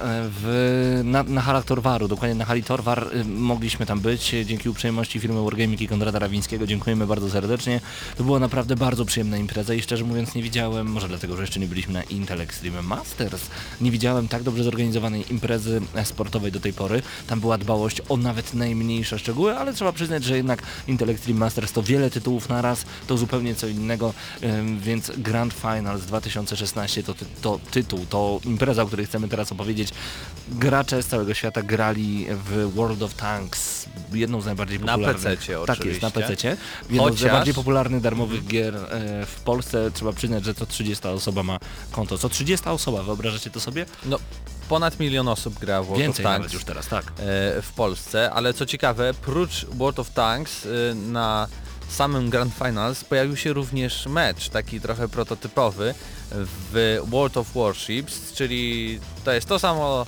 na halach Torwaru, dokładnie na hali Torwar mogliśmy tam być dzięki uprzejmości firmy Wargaming i Konrada Rawińskiego. Dziękujemy bardzo serdecznie. To była naprawdę bardzo przyjemna impreza i szczerze mówiąc nie widziałem, może dlatego, że jeszcze nie byliśmy na Intel Extreme Masters, nie widziałem tak dobrze zorganizowanej imprezy sportowej do tej pory. Tam była dbałość o nawet najmniejsze szczegóły, ale trzeba przyznać, że jednak Intel Extreme Masters to wiele tytułów naraz, to zupełnie co innego, więc Grand Finals 2016 to tytuł, to impreza, o której chcemy teraz opowiedzieć. Gracze z całego świata grali w World of Tanks, jedną z najbardziej popularnych.
Na PC-cie oczywiście.
Tak jest, na PC-cie. Jedną z najbardziej popularnych darmowych gier w Polsce. Trzeba przyznać, że co 30 osoba ma konto. Co 30 osoba, wyobrażacie to sobie?
No, ponad 1 milion osób gra w World
Więcej
of Tanks
nawet już teraz, tak.
w Polsce, ale co ciekawe, prócz World of Tanks na samym Grand Finals pojawił się również mecz, taki trochę prototypowy w World of Warships, czyli to jest to samo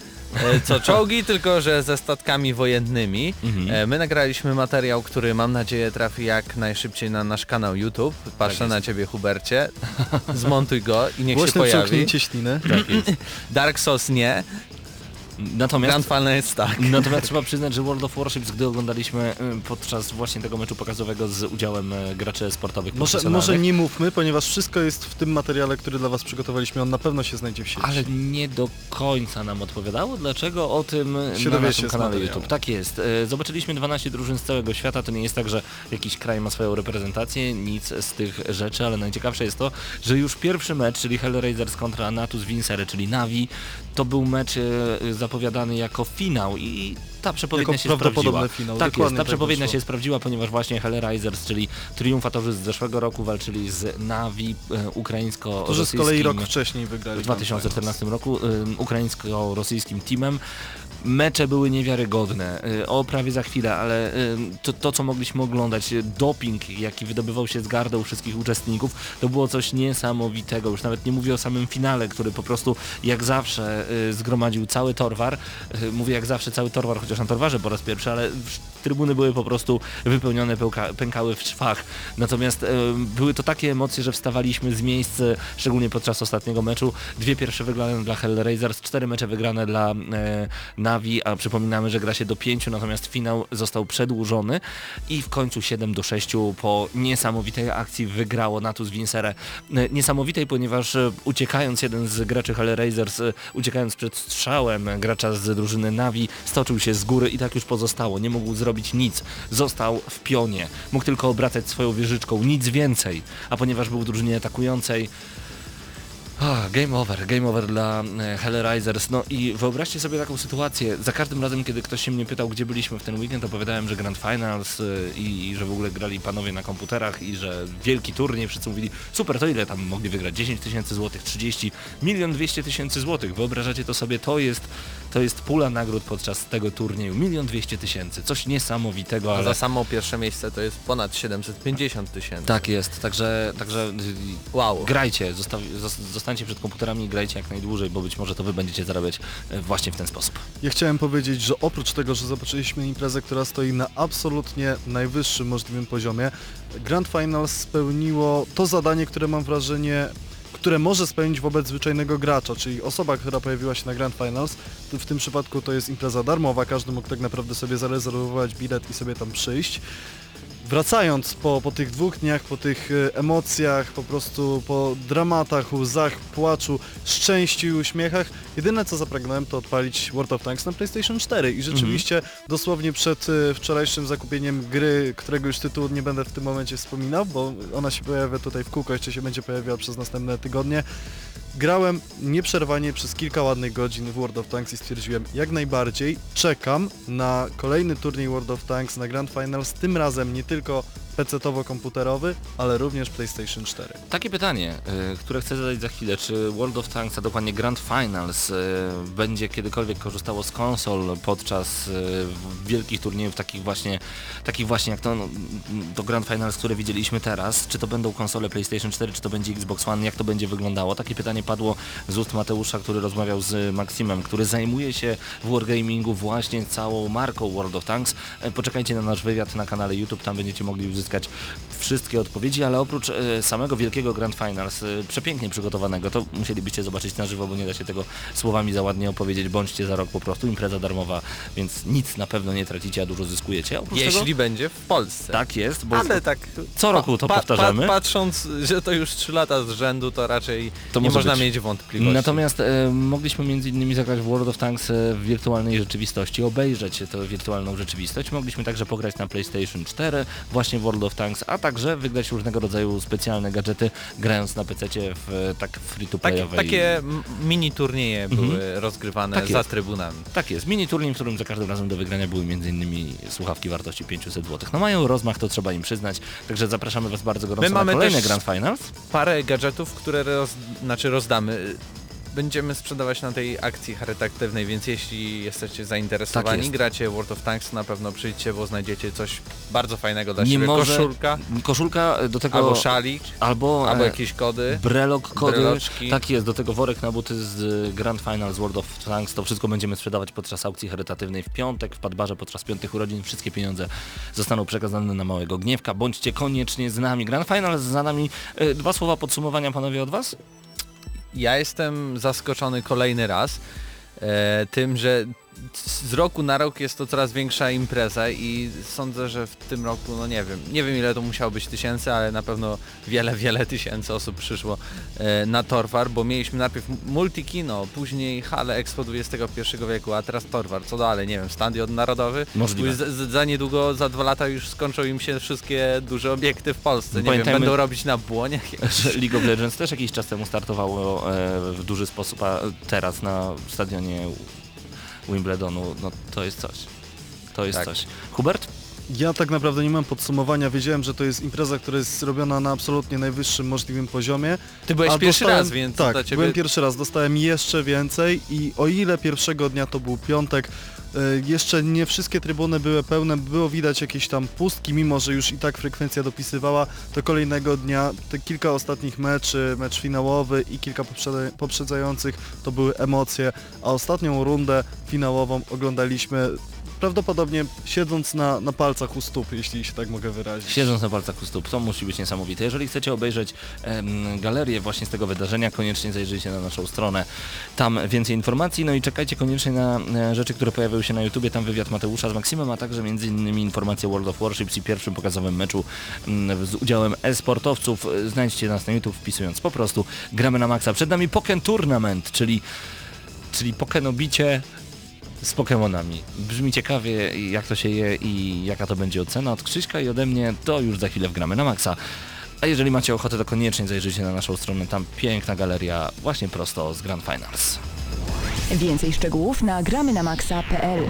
co czołgi, tylko że ze statkami wojennymi. My nagraliśmy materiał, który mam nadzieję trafi jak najszybciej na nasz kanał YouTube. Patrzę na ciebie, Hubercie. Zmontuj go i niech się pojawi.
Śliny.
Tak jest.
Dark Souls nie.
Natomiast
Grand Finals tak.
Natomiast trzeba przyznać, że World of Warships, gdy oglądaliśmy podczas właśnie tego meczu pokazowego z udziałem graczy sportowych
Może nie mówmy, ponieważ wszystko jest w tym materiale, który dla was przygotowaliśmy, on na pewno się znajdzie w sieci.
Ale nie do końca nam odpowiadało, dlaczego o tym na naszym kanale YouTube. Tak jest. Zobaczyliśmy 12 drużyn z całego świata, to nie jest tak, że jakiś kraj ma swoją reprezentację, nic z tych rzeczy, ale najciekawsze jest to, że już pierwszy mecz, czyli Hellraisers kontra Natus Vincery, czyli Navi, to był mecz zapowiadany jako finał i ta przepowiednia się sprawdziła.
Finał.
Tak jest, ta
tak
przepowiednia
wyszło.
się sprawdziła, ponieważ właśnie Hellraisers, czyli triumfatorzy z zeszłego roku walczyli z Navi ukraińsko-rosyjskim.
To, że z kolei rok wcześniej wygrali.
W 2014 roku ukraińsko-rosyjskim teamem. Mecze były niewiarygodne, o prawie za chwilę, ale to co mogliśmy oglądać, doping jaki wydobywał się z gardeł wszystkich uczestników, to było coś niesamowitego, już nawet nie mówię o samym finale, który po prostu jak zawsze zgromadził cały Torwar, mówię jak zawsze cały Torwar, chociaż na Torwarze po raz pierwszy, ale trybuny były po prostu wypełnione, pękały w szwach, natomiast były to takie emocje, że wstawaliśmy z miejsc, szczególnie podczas ostatniego meczu, 2 pierwsze wygrane dla Hellraisers, 4 mecze wygrane dla Navi, a przypominamy, że gra się do 5, natomiast finał został przedłużony i w końcu 7-6 po niesamowitej akcji wygrało Natus Vincery. Niesamowitej, ponieważ uciekając jeden z graczy Hellraisers, uciekając przed strzałem gracza z drużyny Navi, stoczył się z góry i tak już pozostało, nie mógł zrobić nic, został w pionie, mógł tylko obracać swoją wieżyczką, nic więcej, a ponieważ był w drużynie atakującej, game over dla Hellraisers. No i wyobraźcie sobie taką sytuację, za każdym razem kiedy ktoś się mnie pytał, gdzie byliśmy w ten weekend, opowiadałem, że Grand Finals i że w ogóle grali panowie na komputerach i że wielki turniej, wszyscy mówili super, to ile tam mogli wygrać? 10 tysięcy złotych, 30, 1 200 000 złotych, wyobrażacie to sobie, to jest pula nagród podczas tego turnieju, 1 200 000, coś niesamowitego, ale...
A za samo pierwsze miejsce to jest ponad 750 000.
Tak jest, także
wow.
Grajcie, zostańcie przed komputerami i grajcie jak najdłużej, bo być może to wy będziecie zarabiać właśnie w ten sposób.
Ja chciałem powiedzieć, że oprócz tego, że zobaczyliśmy imprezę, która stoi na absolutnie najwyższym możliwym poziomie, Grand Finals spełniło to zadanie, które mam wrażenie, które może spełnić wobec zwyczajnego gracza, czyli osoba, która pojawiła się na Grand Finals, w tym przypadku to jest impreza darmowa, każdy mógł tak naprawdę sobie zarezerwować bilet i sobie tam przyjść. Wracając po tych 2 dniach, po tych emocjach, po prostu po dramatach, łzach, płaczu, szczęściu i uśmiechach, jedyne co zapragnąłem to odpalić World of Tanks na PlayStation 4 i rzeczywiście dosłownie przed wczorajszym zakupieniem gry, którego już tytułu nie będę w tym momencie wspominał, bo ona się pojawia tutaj w kółko, jeszcze się będzie pojawiała przez następne tygodnie. Grałem nieprzerwanie przez kilka ładnych godzin w World of Tanks i stwierdziłem, jak najbardziej czekam na kolejny turniej World of Tanks na Grand Finals, tym razem nie tylko PC-towo-komputerowy, ale również PlayStation 4.
Takie pytanie, które chcę zadać za chwilę, czy World of Tanks, a dokładnie Grand Finals będzie kiedykolwiek korzystało z konsol podczas wielkich turniejów, takich właśnie jak to Grand Finals, które widzieliśmy teraz, czy to będą konsole PlayStation 4, czy to będzie Xbox One, jak to będzie wyglądało? Takie pytanie padło z ust Mateusza, który rozmawiał z Maksimem, który zajmuje się w Wargamingu właśnie całą marką World of Tanks. Poczekajcie na nasz wywiad na kanale YouTube, tam będziecie mogli uzyskać wszystkie odpowiedzi, ale oprócz samego wielkiego Grand Finals, przepięknie przygotowanego, to musielibyście zobaczyć na żywo, bo nie da się tego słowami za ładnie opowiedzieć. Bądźcie za rok po prostu, impreza darmowa, więc nic na pewno nie tracicie, a dużo zyskujecie. Oprócz
Jeśli
tego,
będzie w Polsce.
tak jest, bo
Ale tak
co roku to powtarzamy.
Patrząc, że to już 3 lata z rzędu, to raczej
to
nie można
być.
mieć wątpliwości.
Natomiast mogliśmy między innymi zagrać w World of Tanks w wirtualnej rzeczywistości, obejrzeć tę wirtualną rzeczywistość. Mogliśmy także pograć na PlayStation 4 właśnie w World of Tanks, a także wygrać różnego rodzaju specjalne gadżety, grając na PC-cie w tak free-to-playowej...
Takie mini turnieje były rozgrywane
Tak
za
jest.
trybunami.
Tak jest, mini turniej, w którym za każdym razem do wygrania były m.in. słuchawki wartości 500 zł. No mają rozmach, to trzeba im przyznać, także zapraszamy Was bardzo gorąco
My
na
mamy
kolejne
też
Grand Finals.
Parę gadżetów, które rozdamy. Będziemy sprzedawać na tej akcji charytatywnej, więc jeśli jesteście zainteresowani,
Tak jest.
gracie World of Tanks, na pewno przyjdźcie, bo znajdziecie coś bardzo fajnego dla
Nie
siebie.
może-
Koszulka,
do tego...
albo szalik,
albo
albo jakieś kody.
Brelok, kody,
breloczki.
tak jest, do tego worek na buty z Grand Finals World of Tanks, to wszystko będziemy sprzedawać podczas aukcji charytatywnej w piątek, w Padbarze podczas 5 urodzin, wszystkie pieniądze zostaną przekazane na Małego Gniewka, bądźcie koniecznie z nami. Grand Finals za nami, 2 słowa podsumowania panowie od Was?
Ja jestem zaskoczony kolejny raz tym, że z roku na rok jest to coraz większa impreza i sądzę, że w tym roku, no nie wiem ile to musiało być tysięcy, ale na pewno wiele tysięcy osób przyszło na Torwar, bo mieliśmy najpierw multikino, później halę Expo XXI wieku, a teraz Torwar, co dalej, nie wiem, stadion narodowy.
Możliwe.
Za niedługo, za 2 lata już skończą im się wszystkie duże obiekty w Polsce, nie
Pamiętajmy,
wiem, będą robić na błoniach.
League of Legends też jakiś czas temu startowało w duży sposób, a teraz na stadionie Wimbledonu, no to jest coś. To jest
Tak.
coś. Hubert?
Ja tak naprawdę nie mam podsumowania, wiedziałem, że to jest impreza, która jest robiona na absolutnie najwyższym możliwym poziomie.
Ty byłeś
A
pierwszy
dostałem-
raz, więc
tak,
dla Ciebie...
byłem pierwszy raz, dostałem jeszcze więcej i o ile pierwszego dnia to był piątek, jeszcze nie wszystkie trybuny były pełne, było widać jakieś tam pustki, mimo że już i tak frekwencja dopisywała, to kolejnego dnia te kilka ostatnich mecz finałowy i kilka poprzedzających to były emocje, a ostatnią rundę finałową oglądaliśmy prawdopodobnie siedząc na palcach u stóp, jeśli się tak mogę wyrazić.
Siedząc na palcach u stóp, to musi być niesamowite. Jeżeli chcecie obejrzeć galerię właśnie z tego wydarzenia, koniecznie zajrzyjcie na naszą stronę, tam więcej informacji, no i czekajcie koniecznie na rzeczy, które pojawiły się na YouTubie, tam wywiad Mateusza z Maksymem, a także m.in. informacje World of Warships i pierwszym pokazowym meczu z udziałem e-sportowców. Znajdźcie nas na YouTube wpisując po prostu Gramy na Maxa. Przed nami Pokken Tournament, czyli Pokenobicie z Pokemonami. Brzmi ciekawie, jak to się je i jaka to będzie ocena od Krzyśka i ode mnie, to już za chwilę wgramy na Maxa. A jeżeli macie ochotę, to koniecznie zajrzyjcie na naszą stronę, tam piękna galeria właśnie prosto z Grand Finals.
Więcej szczegółów na gramynamaxa.pl.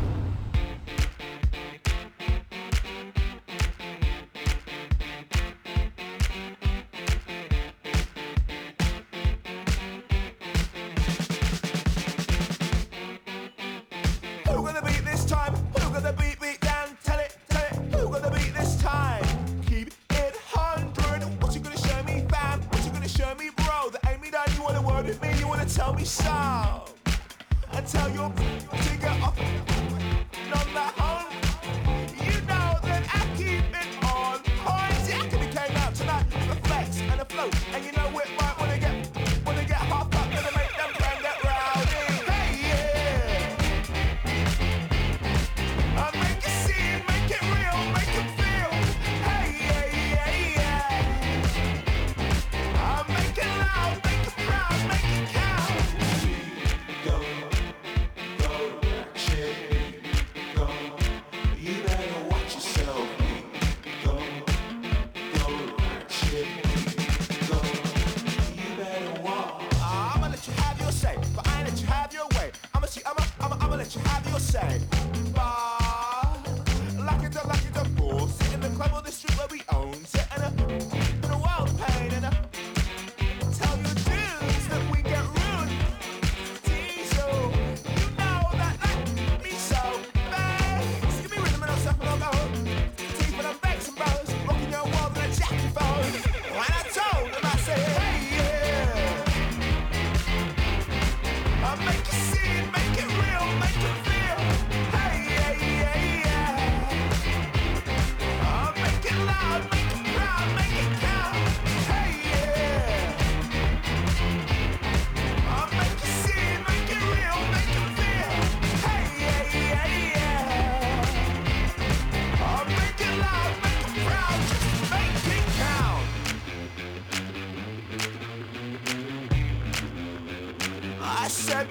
Who gonna beat this time? Who gonna beat me down? Tell it. Who gonna beat this time? Keep it 100. What you gonna show me, fam? What you gonna show me, bro? That ain't me that you wanna word with me, you wanna tell me so. And tell your to get off on that home. You know that I keep it on point. See, I could've came out tonight with a flex and a float. And you know it might wanna get half up, gonna make them bang that rowdy. Hey, yeah. I make it see, make it real, make it feel. Hey, yeah, yeah, yeah. I make it loud, make it proud, make it count. Go, shit.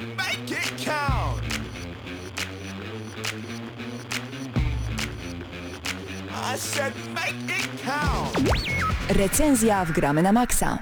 make it count. I said make it count.
Recenzja w Gramy na Maxa.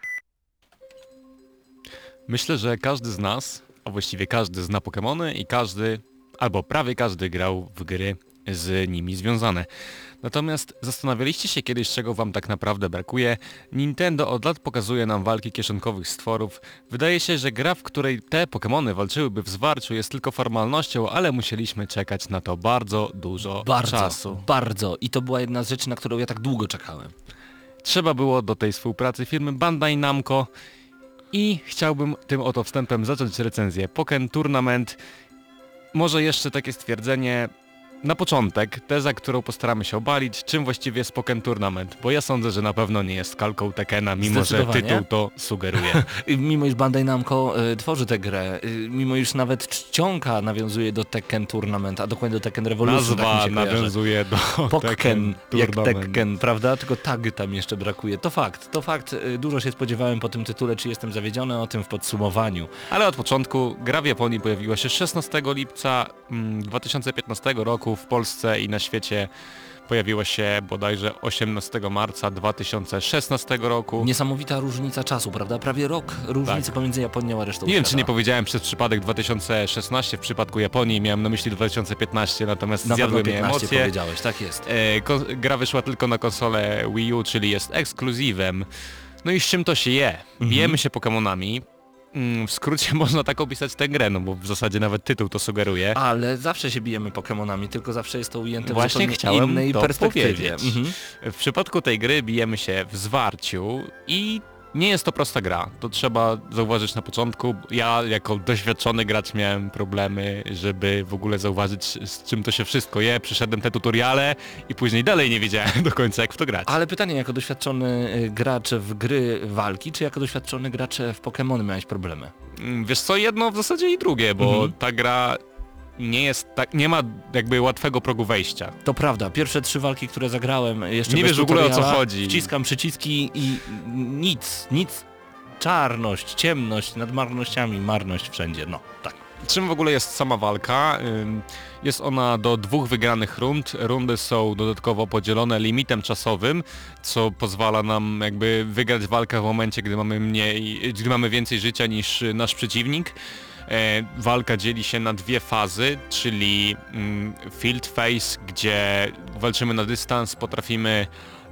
Myślę, że każdy z nas, a właściwie każdy zna Pokemony i każdy, albo prawie każdy grał w gry z nimi związane. Natomiast zastanawialiście się kiedyś, czego wam tak naprawdę brakuje? Nintendo od lat pokazuje nam walki kieszonkowych stworów. Wydaje się, że gra, w której te Pokemony walczyłyby w zwarciu, jest tylko formalnością, ale musieliśmy czekać na to bardzo dużo czasu.
Bardzo. I to była jedna z rzeczy, na którą ja tak długo czekałem.
Trzeba było do tej współpracy firmy Bandai Namco i chciałbym tym oto wstępem zacząć recenzję Pokken Tournament. Może jeszcze takie stwierdzenie na początek, teza, którą postaramy się obalić, czym właściwie jest Pokken Tournament, bo ja sądzę, że na pewno nie jest kalką Tekkena, mimo że tytuł to sugeruje.
Mimo iż Bandai Namco tworzy tę grę, mimo iż nawet czcionka nawiązuje do Tekken Tournament, a dokładnie do Tekken Revolution.
Nazwa
tak
nawiązuje do
Pokken, jak
Tournament.
Tekken, prawda? Tylko tag tam jeszcze brakuje. To fakt. Dużo się spodziewałem po tym tytule, czy jestem zawiedziony, o tym w podsumowaniu.
Ale od początku gra w Japonii pojawiła się 16 lipca 2015 roku, w Polsce i na świecie pojawiła się bodajże 18 marca 2016 roku.
Niesamowita różnica czasu, prawda? Prawie rok różnicy pomiędzy Japonią a resztą
Nie wiem,
świata.
czy nie powiedziałem przez przypadek 2016 w przypadku Japonii, miałem na myśli 2015, natomiast
Na
zjadły
pewno
mnie
15
emocje.
powiedziałeś, tak jest.
Gra wyszła tylko na konsolę Wii U, czyli jest ekskluzywem. No i z czym to się je? Bijemy się Pokemonami. W skrócie można tak opisać tę grę, no bo w zasadzie nawet tytuł to sugeruje.
Ale zawsze się bijemy Pokemonami, tylko zawsze jest to ujęte
Właśnie
w zupełnie
chciałem
innej
to
perspektywie.
powiedzieć. W przypadku tej gry bijemy się w zwarciu i nie jest to prosta gra. To trzeba zauważyć na początku. Ja jako doświadczony gracz miałem problemy, żeby w ogóle zauważyć, z czym to się wszystko je. Przyszedłem te tutoriale i później dalej nie wiedziałem do końca, jak w to grać.
Ale pytanie, jako doświadczony gracz w gry walki, czy jako doświadczony gracz w Pokemony miałeś problemy?
Wiesz co, jedno w zasadzie i drugie, bo ta gra nie jest tak, nie ma jakby łatwego progu wejścia.
To prawda, pierwsze 3 walki, które zagrałem, jeszcze
Nie
bez
wiesz w ogóle, o co
tutoriala,
chodzi.
Wciskam przyciski i nic. Czarność, ciemność, nad marnościami, marność wszędzie, no tak.
Czym w ogóle jest sama walka? Jest ona do 2 wygranych rund. Rundy są dodatkowo podzielone limitem czasowym, co pozwala nam jakby wygrać walkę w momencie, gdy mamy więcej życia niż nasz przeciwnik. Walka dzieli się na 2 fazy, czyli field phase, gdzie walczymy na dystans, potrafimy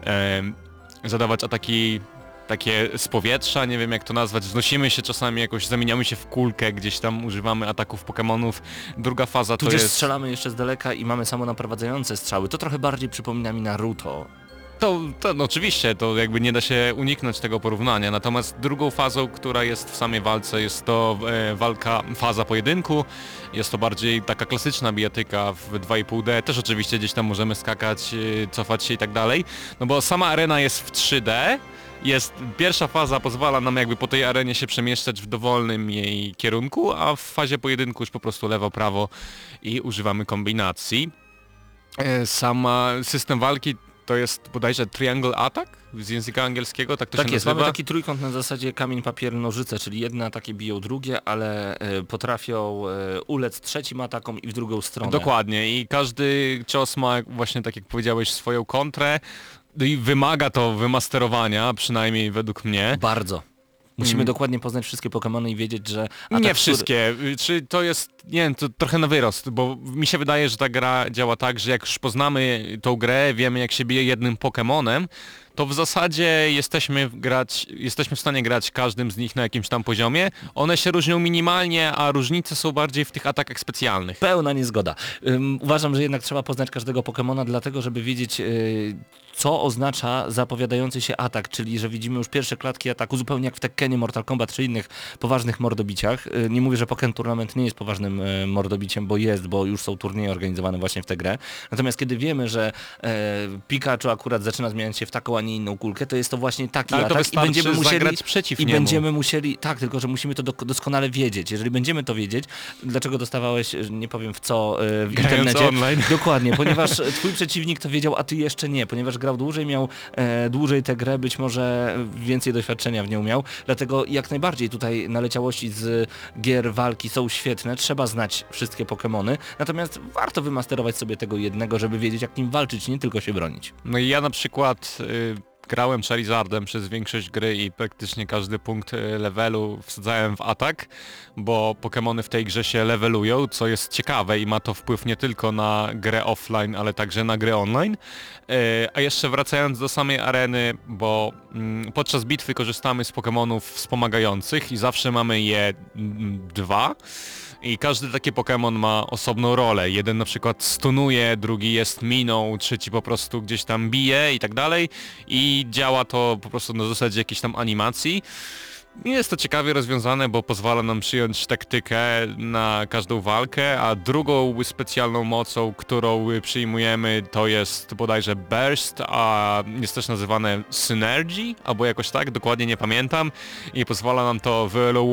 zadawać ataki takie z powietrza, nie wiem jak to nazwać, wznosimy się czasami jakoś, zamieniamy się w kulkę, gdzieś tam używamy ataków Pokemonów. Druga faza to
Tudzież
jest...
strzelamy jeszcze z daleka i mamy samonaprowadzające strzały. To trochę bardziej przypomina mi Naruto.
To no oczywiście, to jakby nie da się uniknąć tego porównania, natomiast drugą fazą, która jest w samej walce, jest to faza pojedynku. Jest to bardziej taka klasyczna bijatyka w 2,5D, też oczywiście gdzieś tam możemy skakać, cofać się i tak dalej, no bo sama arena jest w 3D, pierwsza faza pozwala nam jakby po tej arenie się przemieszczać w dowolnym jej kierunku, a w fazie pojedynku już po prostu lewo, prawo i używamy kombinacji. Sama system walki to jest bodajże Triangle Attack z języka angielskiego, tak to
Tak
się
jest,
nazywa?
mamy taki trójkąt na zasadzie kamień, papier, nożyce, czyli jedne ataki biją drugie, ale potrafią ulec trzecim atakom i w drugą stronę.
Dokładnie i każdy cios ma właśnie tak jak powiedziałeś swoją kontrę. No i wymaga to wymasterowania, przynajmniej według mnie.
Bardzo. Musimy dokładnie poznać wszystkie Pokemony i wiedzieć, że...
Nie wszystkie. Czy to jest, nie wiem, to trochę na wyrost, bo mi się wydaje, że ta gra działa tak, że jak już poznamy tą grę, wiemy jak się bije jednym Pokemonem, to w zasadzie jesteśmy w stanie grać każdym z nich na jakimś tam poziomie. One się różnią minimalnie, a różnice są bardziej w tych atakach specjalnych.
Pełna niezgoda. Uważam, że jednak trzeba poznać każdego Pokemona dlatego, żeby wiedzieć co oznacza zapowiadający się atak, czyli że widzimy już pierwsze klatki ataku, zupełnie jak w Tekkenie, Mortal Kombat czy innych poważnych mordobiciach. Nie mówię, że Pokken Tournament nie jest poważnym mordobiciem, bo już są turnieje organizowane właśnie w tę grę. Natomiast kiedy wiemy, że Pikachu akurat zaczyna zmieniać się w taką, a nie inną kulkę, to jest to właśnie taki
Ale to
atak i będziemy musieli
zagrać przeciw
i
niemu.
będziemy musieli, tak, tylko że musimy to doskonale wiedzieć. Jeżeli będziemy to wiedzieć, dlaczego dostawałeś, nie powiem w co, w
Grając
internecie.
online.
Dokładnie, ponieważ twój przeciwnik to wiedział, a ty jeszcze nie, ponieważ grał dłużej, miał dłużej tę grę, być może więcej doświadczenia w nią miał, dlatego jak najbardziej tutaj naleciałości z gier walki są świetne, trzeba znać wszystkie Pokemony, natomiast warto wymasterować sobie tego jednego, żeby wiedzieć jak nim walczyć, nie tylko się bronić.
No i ja na przykład grałem Charizardem przez większość gry i praktycznie każdy punkt levelu wsadzałem w atak, bo Pokemony w tej grze się levelują, co jest ciekawe i ma to wpływ nie tylko na grę offline, ale także na grę online. A jeszcze wracając do samej areny, bo podczas bitwy korzystamy z Pokemonów wspomagających i zawsze mamy je 2. I każdy taki Pokémon ma osobną rolę. Jeden na przykład stunuje, drugi jest miną, trzeci po prostu gdzieś tam bije i tak dalej. I działa to po prostu na zasadzie jakiejś tam animacji. Jest to ciekawie rozwiązane, bo pozwala nam przyjąć taktykę na każdą walkę, a drugą specjalną mocą, którą przyjmujemy, to jest bodajże Burst, a jest też nazywane Synergy, albo jakoś tak, dokładnie nie pamiętam, i pozwala nam to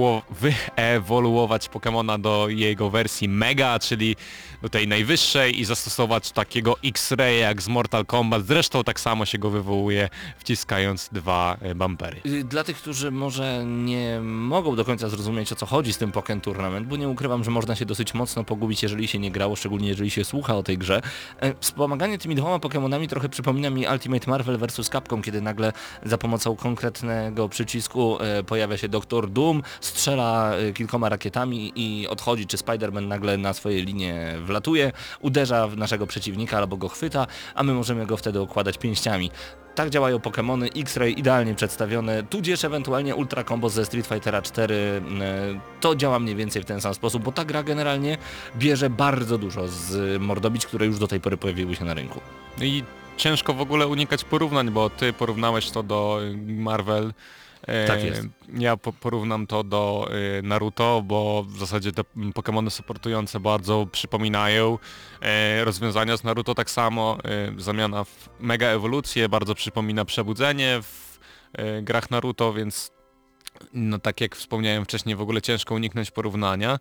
wyewoluować Pokemona do jego wersji Mega, czyli do tej najwyższej i zastosować takiego X-Ray jak z Mortal Kombat, zresztą tak samo się go wywołuje wciskając 2 bumpery.
Dla tych, którzy może nie mogą do końca zrozumieć, o co chodzi z tym Pokken Tournament, bo nie ukrywam, że można się dosyć mocno pogubić, jeżeli się nie grało, szczególnie jeżeli się słucha o tej grze. Wspomaganie tymi 2 Pokemonami trochę przypomina mi Ultimate Marvel vs. Capcom, kiedy nagle za pomocą konkretnego przycisku pojawia się Doktor Doom, strzela kilkoma rakietami i odchodzi, czy Spider-Man nagle na swoje linie wlatuje, uderza w naszego przeciwnika albo go chwyta, a my możemy go wtedy okładać pięściami. Tak działają Pokemony, X-Ray idealnie przedstawione, tudzież ewentualnie Ultra Combo ze Street Fightera 4, to działa mniej więcej w ten sam sposób, bo ta gra generalnie bierze bardzo dużo z mordobić, które już do tej pory pojawiły się na rynku.
I ciężko w ogóle unikać porównań, bo ty porównałeś to do Marvel.
Tak jest.
Ja porównam to do Naruto, bo w zasadzie te Pokemony supportujące bardzo przypominają rozwiązania z Naruto, tak samo zamiana w mega ewolucję bardzo przypomina przebudzenie w grach Naruto, więc no tak jak wspomniałem wcześniej, w ogóle ciężko uniknąć porównania.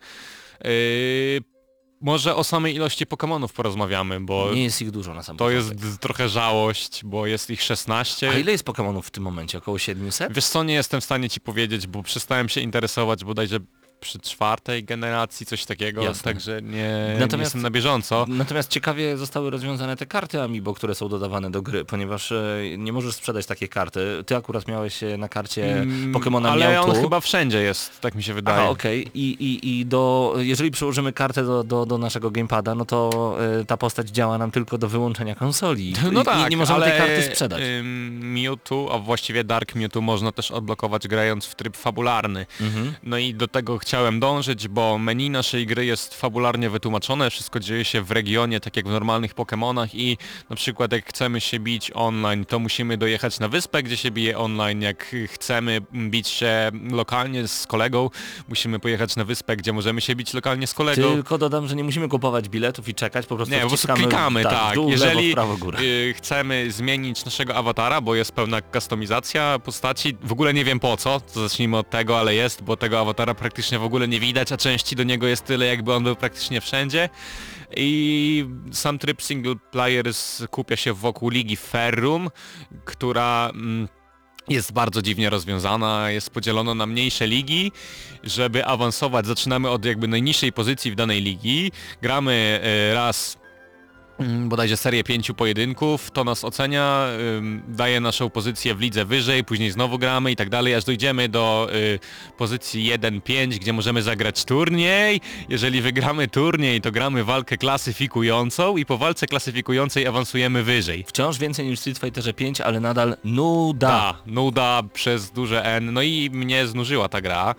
Może o samej ilości Pokemonów porozmawiamy, bo
nie jest ich dużo na sam
to
początek.
jest trochę żałość, bo jest ich 16.
A ile jest Pokemonów w tym momencie? Około 700?
Wiesz co, nie jestem w stanie ci powiedzieć, bo przestałem się interesować bodajże przy 4. generacji, coś takiego,
Jasne.
także nie jestem na bieżąco.
Natomiast ciekawie zostały rozwiązane te karty Amiibo, które są dodawane do gry, ponieważ nie możesz sprzedać takiej karty. Ty akurat miałeś na karcie Pokemona
ale
Mewtwo.
on chyba wszędzie jest, tak mi się wydaje.
Aha, okej. Jeżeli przyłożymy kartę do naszego gamepada, no to ta postać działa nam tylko do wyłączenia konsoli.
No tak,
nie możemy
ale
tej karty sprzedać.
Mewtwo, a właściwie Dark Mewtwo można też odblokować grając w tryb fabularny. No i do tego chciałem dążyć, bo menu naszej gry jest fabularnie wytłumaczone, wszystko dzieje się w regionie, tak jak w normalnych Pokemonach i na przykład jak chcemy się bić online, to musimy dojechać na wyspę, gdzie się bije online, jak chcemy bić się lokalnie z kolegą, musimy pojechać na wyspę, gdzie możemy się bić lokalnie z kolegą.
Tylko dodam, że nie musimy kupować biletów i czekać, po prostu
nie, po prostu
wciskamy,
klikamy, tak.
w dół,
Jeżeli
lewo, w prawo, górę.
chcemy zmienić naszego awatara, bo jest pełna kustomizacja postaci, w ogóle nie wiem po co, to zacznijmy od tego, ale jest, bo tego awatara praktycznie w ogóle nie widać, a części do niego jest tyle, jakby on był praktycznie wszędzie. I sam tryb single player skupia się wokół Ligi Ferrum, która jest bardzo dziwnie rozwiązana, jest podzielona na mniejsze ligi, żeby awansować. Zaczynamy od jakby najniższej pozycji w danej ligi, gramy raz bodajże serię 5 pojedynków, to nas ocenia, daje naszą pozycję w lidze wyżej, później znowu gramy i tak dalej, aż dojdziemy do pozycji 1-5, gdzie możemy zagrać turniej. Jeżeli wygramy turniej, to gramy walkę klasyfikującą i po walce klasyfikującej awansujemy wyżej.
Wciąż więcej niż w Street Fighterze 5, ale nadal nuda.
Nuda przez duże N, no i mnie znużyła ta gra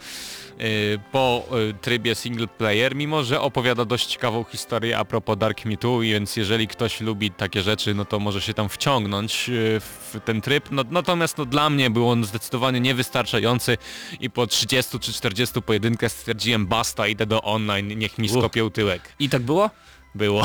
po trybie single player, mimo że opowiada dość ciekawą historię a propos Dark Mewtwo, więc jeżeli ktoś lubi takie rzeczy, no to może się tam wciągnąć w ten tryb. Natomiast dla mnie był on zdecydowanie niewystarczający i po 30 czy 40 pojedynkach stwierdziłem basta, idę do online, niech mi skopią tyłek.
I tak było?
było.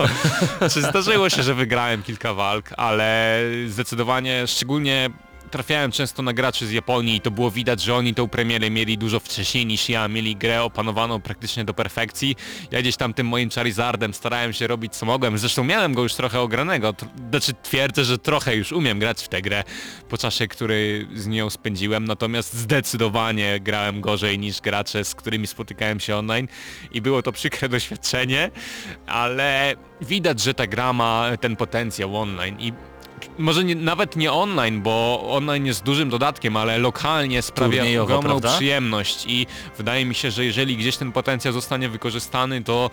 Czy zdarzyło się, że wygrałem kilka walk, ale zdecydowanie, szczególnie trafiałem często na graczy z Japonii i to było widać, że oni tą premierę mieli dużo wcześniej niż ja, mieli grę opanowaną praktycznie do perfekcji. Ja gdzieś tam tym moim Charizardem starałem się robić co mogłem, zresztą miałem go już trochę ogranego, znaczy twierdzę, że trochę już umiem grać w tę grę po czasie, który z nią spędziłem, natomiast zdecydowanie grałem gorzej niż gracze, z którymi spotykałem się online i było to przykre doświadczenie, ale widać, że ta gra ma ten potencjał online i może nawet nie online, bo online jest dużym dodatkiem, ale lokalnie sprawia
Turniejowo,
ogromną
prawda?
przyjemność i wydaje mi się, że jeżeli gdzieś ten potencjał zostanie wykorzystany, to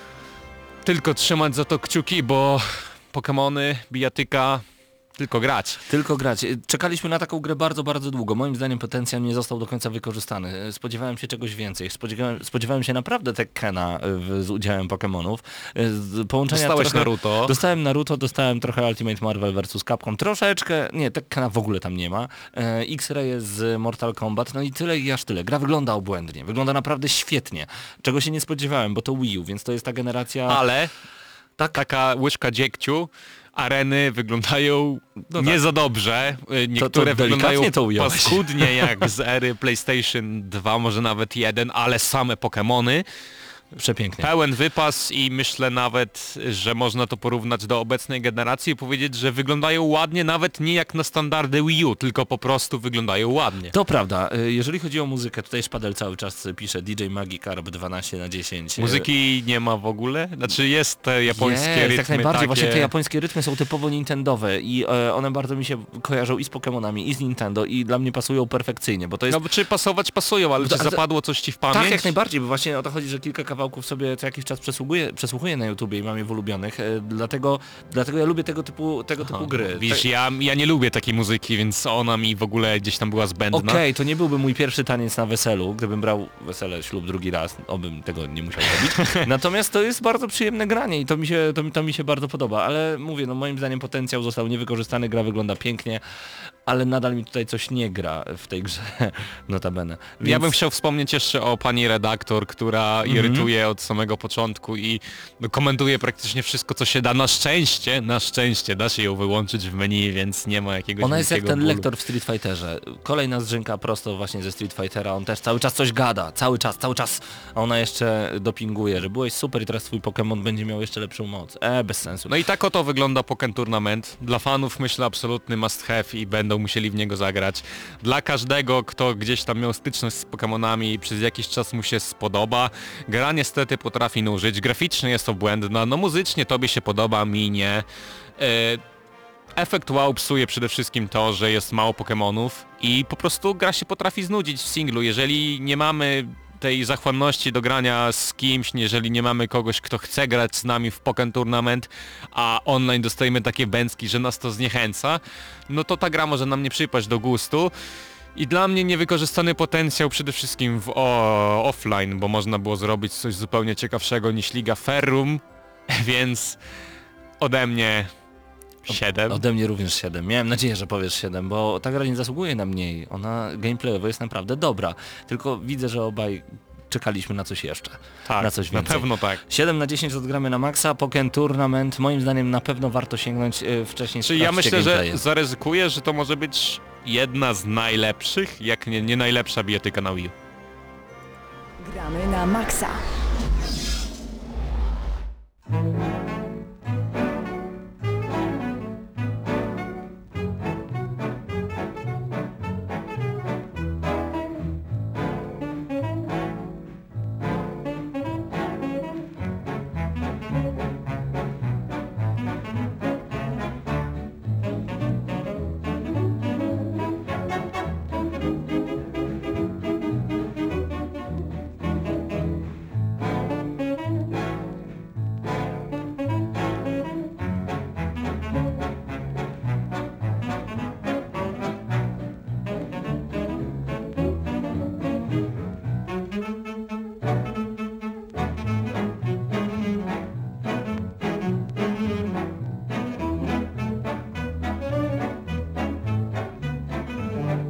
tylko trzymać za to kciuki, bo Pokemony, bijatyka, tylko grać.
Tylko grać. Czekaliśmy na taką grę bardzo, bardzo długo. Moim zdaniem potencjał nie został do końca wykorzystany. Spodziewałem się czegoś więcej. Spodziewałem się naprawdę Tekkena z udziałem Pokemonów. Połączenia
Dostałeś
trochę,
Naruto.
Dostałem Naruto, dostałem trochę Ultimate Marvel vs. Capcom. Troszeczkę, nie, Tekkena w ogóle tam nie ma. X-Ray z Mortal Kombat. No i tyle i aż tyle. Gra wygląda obłędnie. Wygląda naprawdę świetnie. Czego się nie spodziewałem, bo to Wii U, więc to jest ta generacja...
Ale taka łyżka dziegciu, areny wyglądają nie za dobrze. Niektóre wyglądają paskudnie jak z ery PlayStation 2, może nawet 1, ale same Pokemony.
Przepięknie.
Pełen wypas i myślę nawet, że można to porównać do obecnej generacji i powiedzieć, że wyglądają ładnie, nawet nie jak na standardy Wii U, tylko po prostu wyglądają ładnie.
To prawda. Jeżeli chodzi o muzykę, tutaj Szpadel cały czas pisze DJ Magikarp 12/10.
Muzyki nie ma w ogóle? Znaczy jest te japońskie rytmy
jak najbardziej.
takie...
Właśnie te japońskie rytmy są typowo nintendowe i one bardzo mi się kojarzą i z Pokemonami, i z Nintendo i dla mnie pasują perfekcyjnie, bo to jest...
No bo czy pasować pasują, ale czy zapadło coś ci w pamięć?
Tak, jak najbardziej, bo właśnie o to chodzi, że kilka kawałków sobie co jakiś czas przesłuchuję na YouTubie i mam je w ulubionych, dlatego ja lubię tego typu gry.
Wiesz, ja nie lubię takiej muzyki, więc ona mi w ogóle gdzieś tam była zbędna.
Okej, to nie byłby mój pierwszy taniec na weselu, gdybym brał wesele, ślub drugi raz, obym tego nie musiał robić. Natomiast to jest bardzo przyjemne granie i to mi się bardzo podoba, ale mówię, no moim zdaniem potencjał został niewykorzystany, gra wygląda pięknie, ale nadal mi tutaj coś nie gra w tej grze, notabene. Więc...
Ja bym chciał wspomnieć jeszcze o pani redaktor, która irytuje od samego początku i komentuje praktycznie wszystko, co się da. Na szczęście da się ją wyłączyć w menu, więc nie ma jakiegoś
Ona jest jak ten
bólu.
lektor w Street Fighterze. Kolejna zrzynka prosto właśnie ze Street Fightera, on też cały czas coś gada, cały czas, a ona jeszcze dopinguje, że byłeś super i teraz twój Pokémon będzie miał jeszcze lepszą moc. Bez sensu.
No i tak oto wygląda Pokken Tournament. Dla fanów myślę absolutny must have i będą musieli w niego zagrać. Dla każdego, kto gdzieś tam miał styczność z Pokemonami i przez jakiś czas mu się spodoba. Gra niestety potrafi nużyć, graficznie jest obłędna, no muzycznie tobie się podoba, mi nie. Efekt wow psuje przede wszystkim to, że jest mało Pokemonów i po prostu gra się potrafi znudzić w singlu. Jeżeli nie mamy tej zachłanności do grania z kimś, jeżeli nie mamy kogoś, kto chce grać z nami w Pokken Tournament, a online dostajemy takie bęcki, że nas to zniechęca, no to ta gra może nam nie przypaść do gustu. I dla mnie niewykorzystany potencjał przede wszystkim w offline, bo można było zrobić coś zupełnie ciekawszego niż Liga Ferrum, więc ode mnie 7.
Ode mnie również 7. Miałem nadzieję, że powiesz 7, bo ta gra nie zasługuje na mniej. Ona gameplayowo jest naprawdę dobra. Tylko widzę, że obaj czekaliśmy na coś jeszcze.
Tak,
na coś więcej.
Na pewno tak.
7/10 odgramy na maksa. Pokken Tournament moim zdaniem na pewno warto sięgnąć wcześniej.
Czyli ja myślę, że zaryzykuję, że to może być jedna z najlepszych, jak nie najlepsza bijatyka na Wii U.
Gramy na maksa.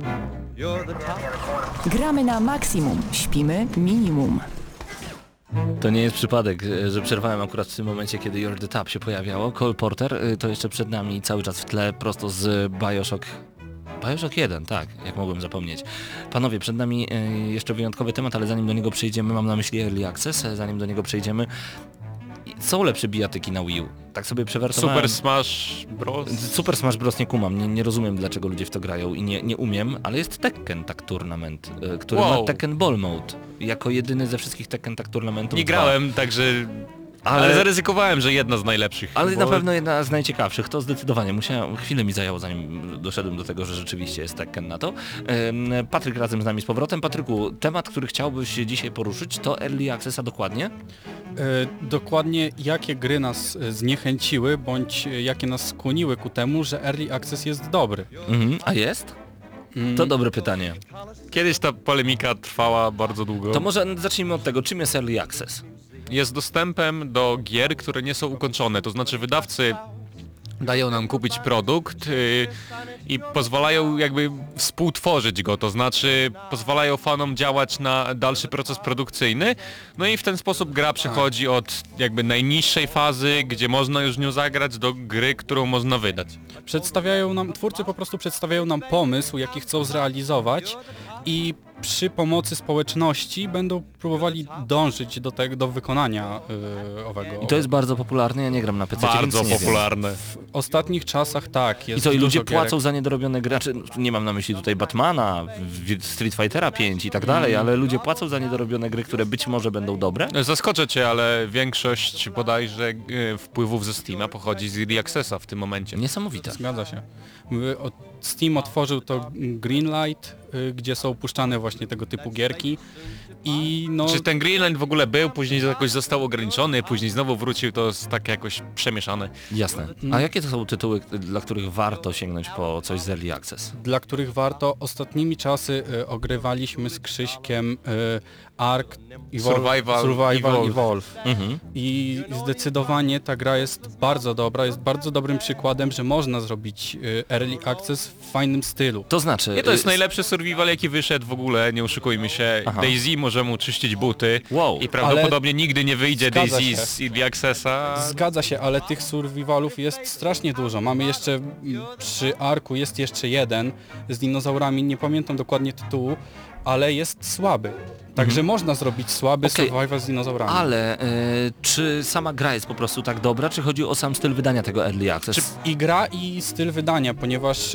Gramy na maksimum, śpimy minimum.
To nie jest przypadek, że przerwałem akurat w tym momencie, kiedy You're the Tap się pojawiało. Cole Porter to jeszcze przed nami cały czas w tle, prosto z Bioshock 1, tak, jak mogłem zapomnieć. Panowie, przed nami jeszcze wyjątkowy temat, ale zanim do niego przejdziemy, mam na myśli Early Access, zanim do niego przejdziemy, są lepsze bijatyki na Wii U. Tak sobie przewersowałem.
Super Smash Bros.
Super Smash Bros. Nie kumam, nie rozumiem dlaczego ludzie w to grają i nie umiem, ale jest Tekken Tag Tournament, który ma Tekken Ball Mode. Jako jedyny ze wszystkich Tekken Tag Tournamentów.
Nie grałem, także... Ale zaryzykowałem, że jedna z najlepszych.
Ale na pewno jedna z najciekawszych, to zdecydowanie. Chwilę mi zajęło, zanim doszedłem do tego, że rzeczywiście jest Tekken na to. Patryk razem z nami z powrotem. Patryku, temat, który chciałbyś dzisiaj poruszyć, to Early Accessa dokładnie?
Dokładnie jakie gry nas zniechęciły, bądź jakie nas skłoniły ku temu, że Early Access jest dobry.
A jest? To dobre pytanie.
Kiedyś ta polemika trwała bardzo długo.
To może zacznijmy od tego, czym jest Early Access?
Jest dostępem do gier, które nie są ukończone, to znaczy wydawcy dają nam kupić produkt i pozwalają jakby współtworzyć go, to znaczy pozwalają fanom działać na dalszy proces produkcyjny, no i w ten sposób gra przechodzi od jakby najniższej fazy, gdzie można już nią zagrać, do gry, którą można wydać.
Twórcy po prostu przedstawiają nam pomysł, jaki chcą zrealizować i przy pomocy społeczności będą próbowali dążyć do wykonania owego.
I to jest bardzo popularne, ja nie gram na PC.
Bardzo popularne.
W ostatnich czasach tak. Jest
i co, i ludzie
dużo gierek.
płacą za niedorobione gry, nie mam na myśli tutaj Batmana, Street Fightera 5 i tak dalej, ale ludzie płacą za niedorobione gry, które być może będą dobre?
Zaskoczę cię, ale większość bodajże wpływów ze Steama pochodzi z Early Accessa w tym momencie.
Niesamowite.
Zgadza się. Steam otworzył to Greenlight, gdzie są puszczane właśnie tego typu gierki i no...
Czy ten Greenlight w ogóle był, później jakoś został ograniczony, później znowu wrócił, to jest tak jakoś przemieszane.
Jasne. A jakie to są tytuły, dla których warto sięgnąć po coś z Early Access?
Dla których warto. Ostatnimi czasy ogrywaliśmy z Krzyśkiem Ark, Survival Evolve. I zdecydowanie ta gra jest bardzo dobra, jest bardzo dobrym przykładem, że można zrobić Early Access w fajnym stylu.
To znaczy...
Nie, to jest najlepszy survival, jaki wyszedł w ogóle, nie oszukujmy się. DayZ może mu czyścić buty i prawdopodobnie nigdy nie wyjdzie DayZ z Early Accessa.
Zgadza się, ale tych survivalów jest strasznie dużo. Mamy jeszcze, przy Arku jest jeszcze jeden z dinozaurami, nie pamiętam dokładnie tytułu, ale jest słaby. Także można zrobić słaby survival z dinozaurami.
Ale czy sama gra jest po prostu tak dobra, czy chodzi o sam styl wydania tego Early Access?
I gra i styl wydania, ponieważ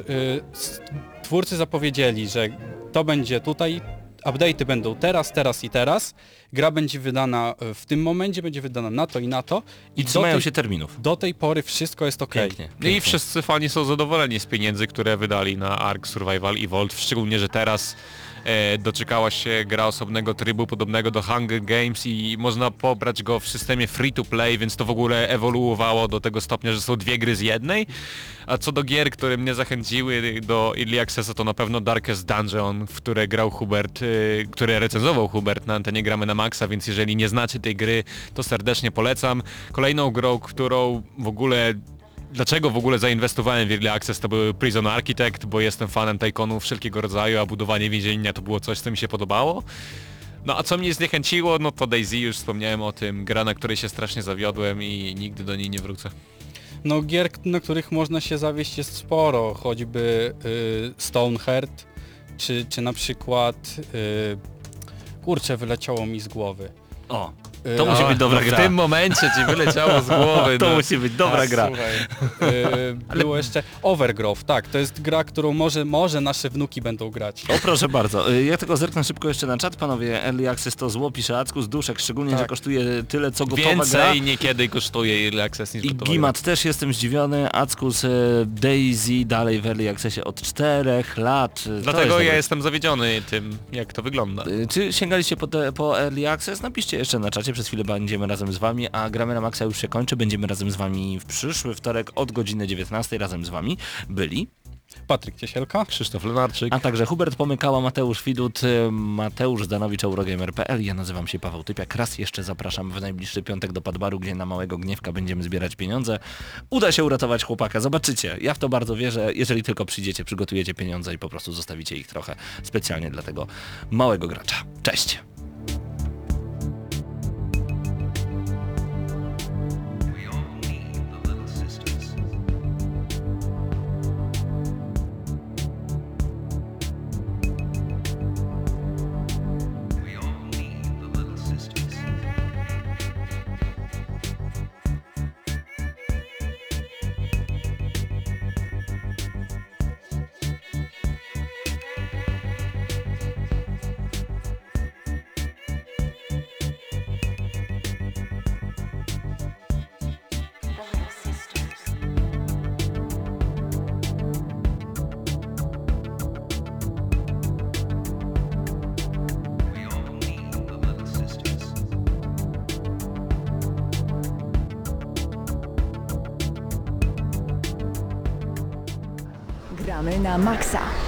twórcy zapowiedzieli, że to będzie tutaj, update'y będą teraz i teraz, gra będzie wydana w tym momencie, będzie wydana na to i na to.
I trzymają się terminów.
Do tej pory wszystko jest okej.
Pięknie.
I wszyscy fani są zadowoleni z pieniędzy, które wydali na Ark Survival Evolved, szczególnie, że teraz doczekała się gra osobnego trybu podobnego do Hunger Games i można pobrać go w systemie free to play, więc to w ogóle ewoluowało do tego stopnia, że są dwie gry z jednej. A co do gier, które mnie zachęciły do Early Accessa, to na pewno Darkest Dungeon, w które grał Hubert, które recenzował Hubert na antenie Gramy na Maxa, więc jeżeli nie znacie tej gry, to serdecznie polecam. Kolejną grą, którą Dlaczego w ogóle zainwestowałem w Early Access, to był Prison Architect, bo jestem fanem Tycoonów wszelkiego rodzaju, a budowanie więzienia to było coś, co mi się podobało. No a co mnie zniechęciło, no to DayZ, już wspomniałem o tym, gra, na której się strasznie zawiodłem i nigdy do niej nie wrócę.
No gier, na których można się zawieść jest sporo, choćby Stoneheart, czy na przykład, kurczę, wyleciało mi z głowy.
To musi być dobra gra.
W tym momencie ci wyleciało z głowy.
To musi być dobra gra.
Było jeszcze Overgrowth, tak, to jest gra, którą może nasze wnuki będą grać.
O proszę bardzo, ja tylko zerknę szybko jeszcze na czat, panowie. Early Access to zło, pisze Ackus, duszek, szczególnie, że kosztuje tyle, co gotowa gra.
Więcej niekiedy kosztuje Early Access niż gotowa.
I Gimat też jestem zdziwiony, Ackus, DayZ dalej w Early Accessie od 4 lat.
Dlatego ja jestem zawiedziony tym, jak to wygląda.
Czy sięgaliście po Early Access? Napiszcie jeszcze na czacie, przez chwilę będziemy razem z wami, a Gramy na Maxa już się kończy, będziemy razem z wami w przyszły wtorek od godziny 19 razem z wami byli
Patryk Ciesielka,
Krzysztof Lenarczyk,
a także Hubert Pomykała, Mateusz Widut, Mateusz Zdanowicz, Eurogamer.pl. Ja nazywam się Paweł Typiak. Raz jeszcze zapraszam w najbliższy piątek do Padbaru, gdzie na Małego Gniewka będziemy zbierać pieniądze. Uda się uratować chłopaka, zobaczycie. Ja w to bardzo wierzę, jeżeli tylko przyjdziecie, przygotujecie pieniądze i po prostu zostawicie ich trochę specjalnie dla tego małego gracza. Cześć!
Gramy na maksa.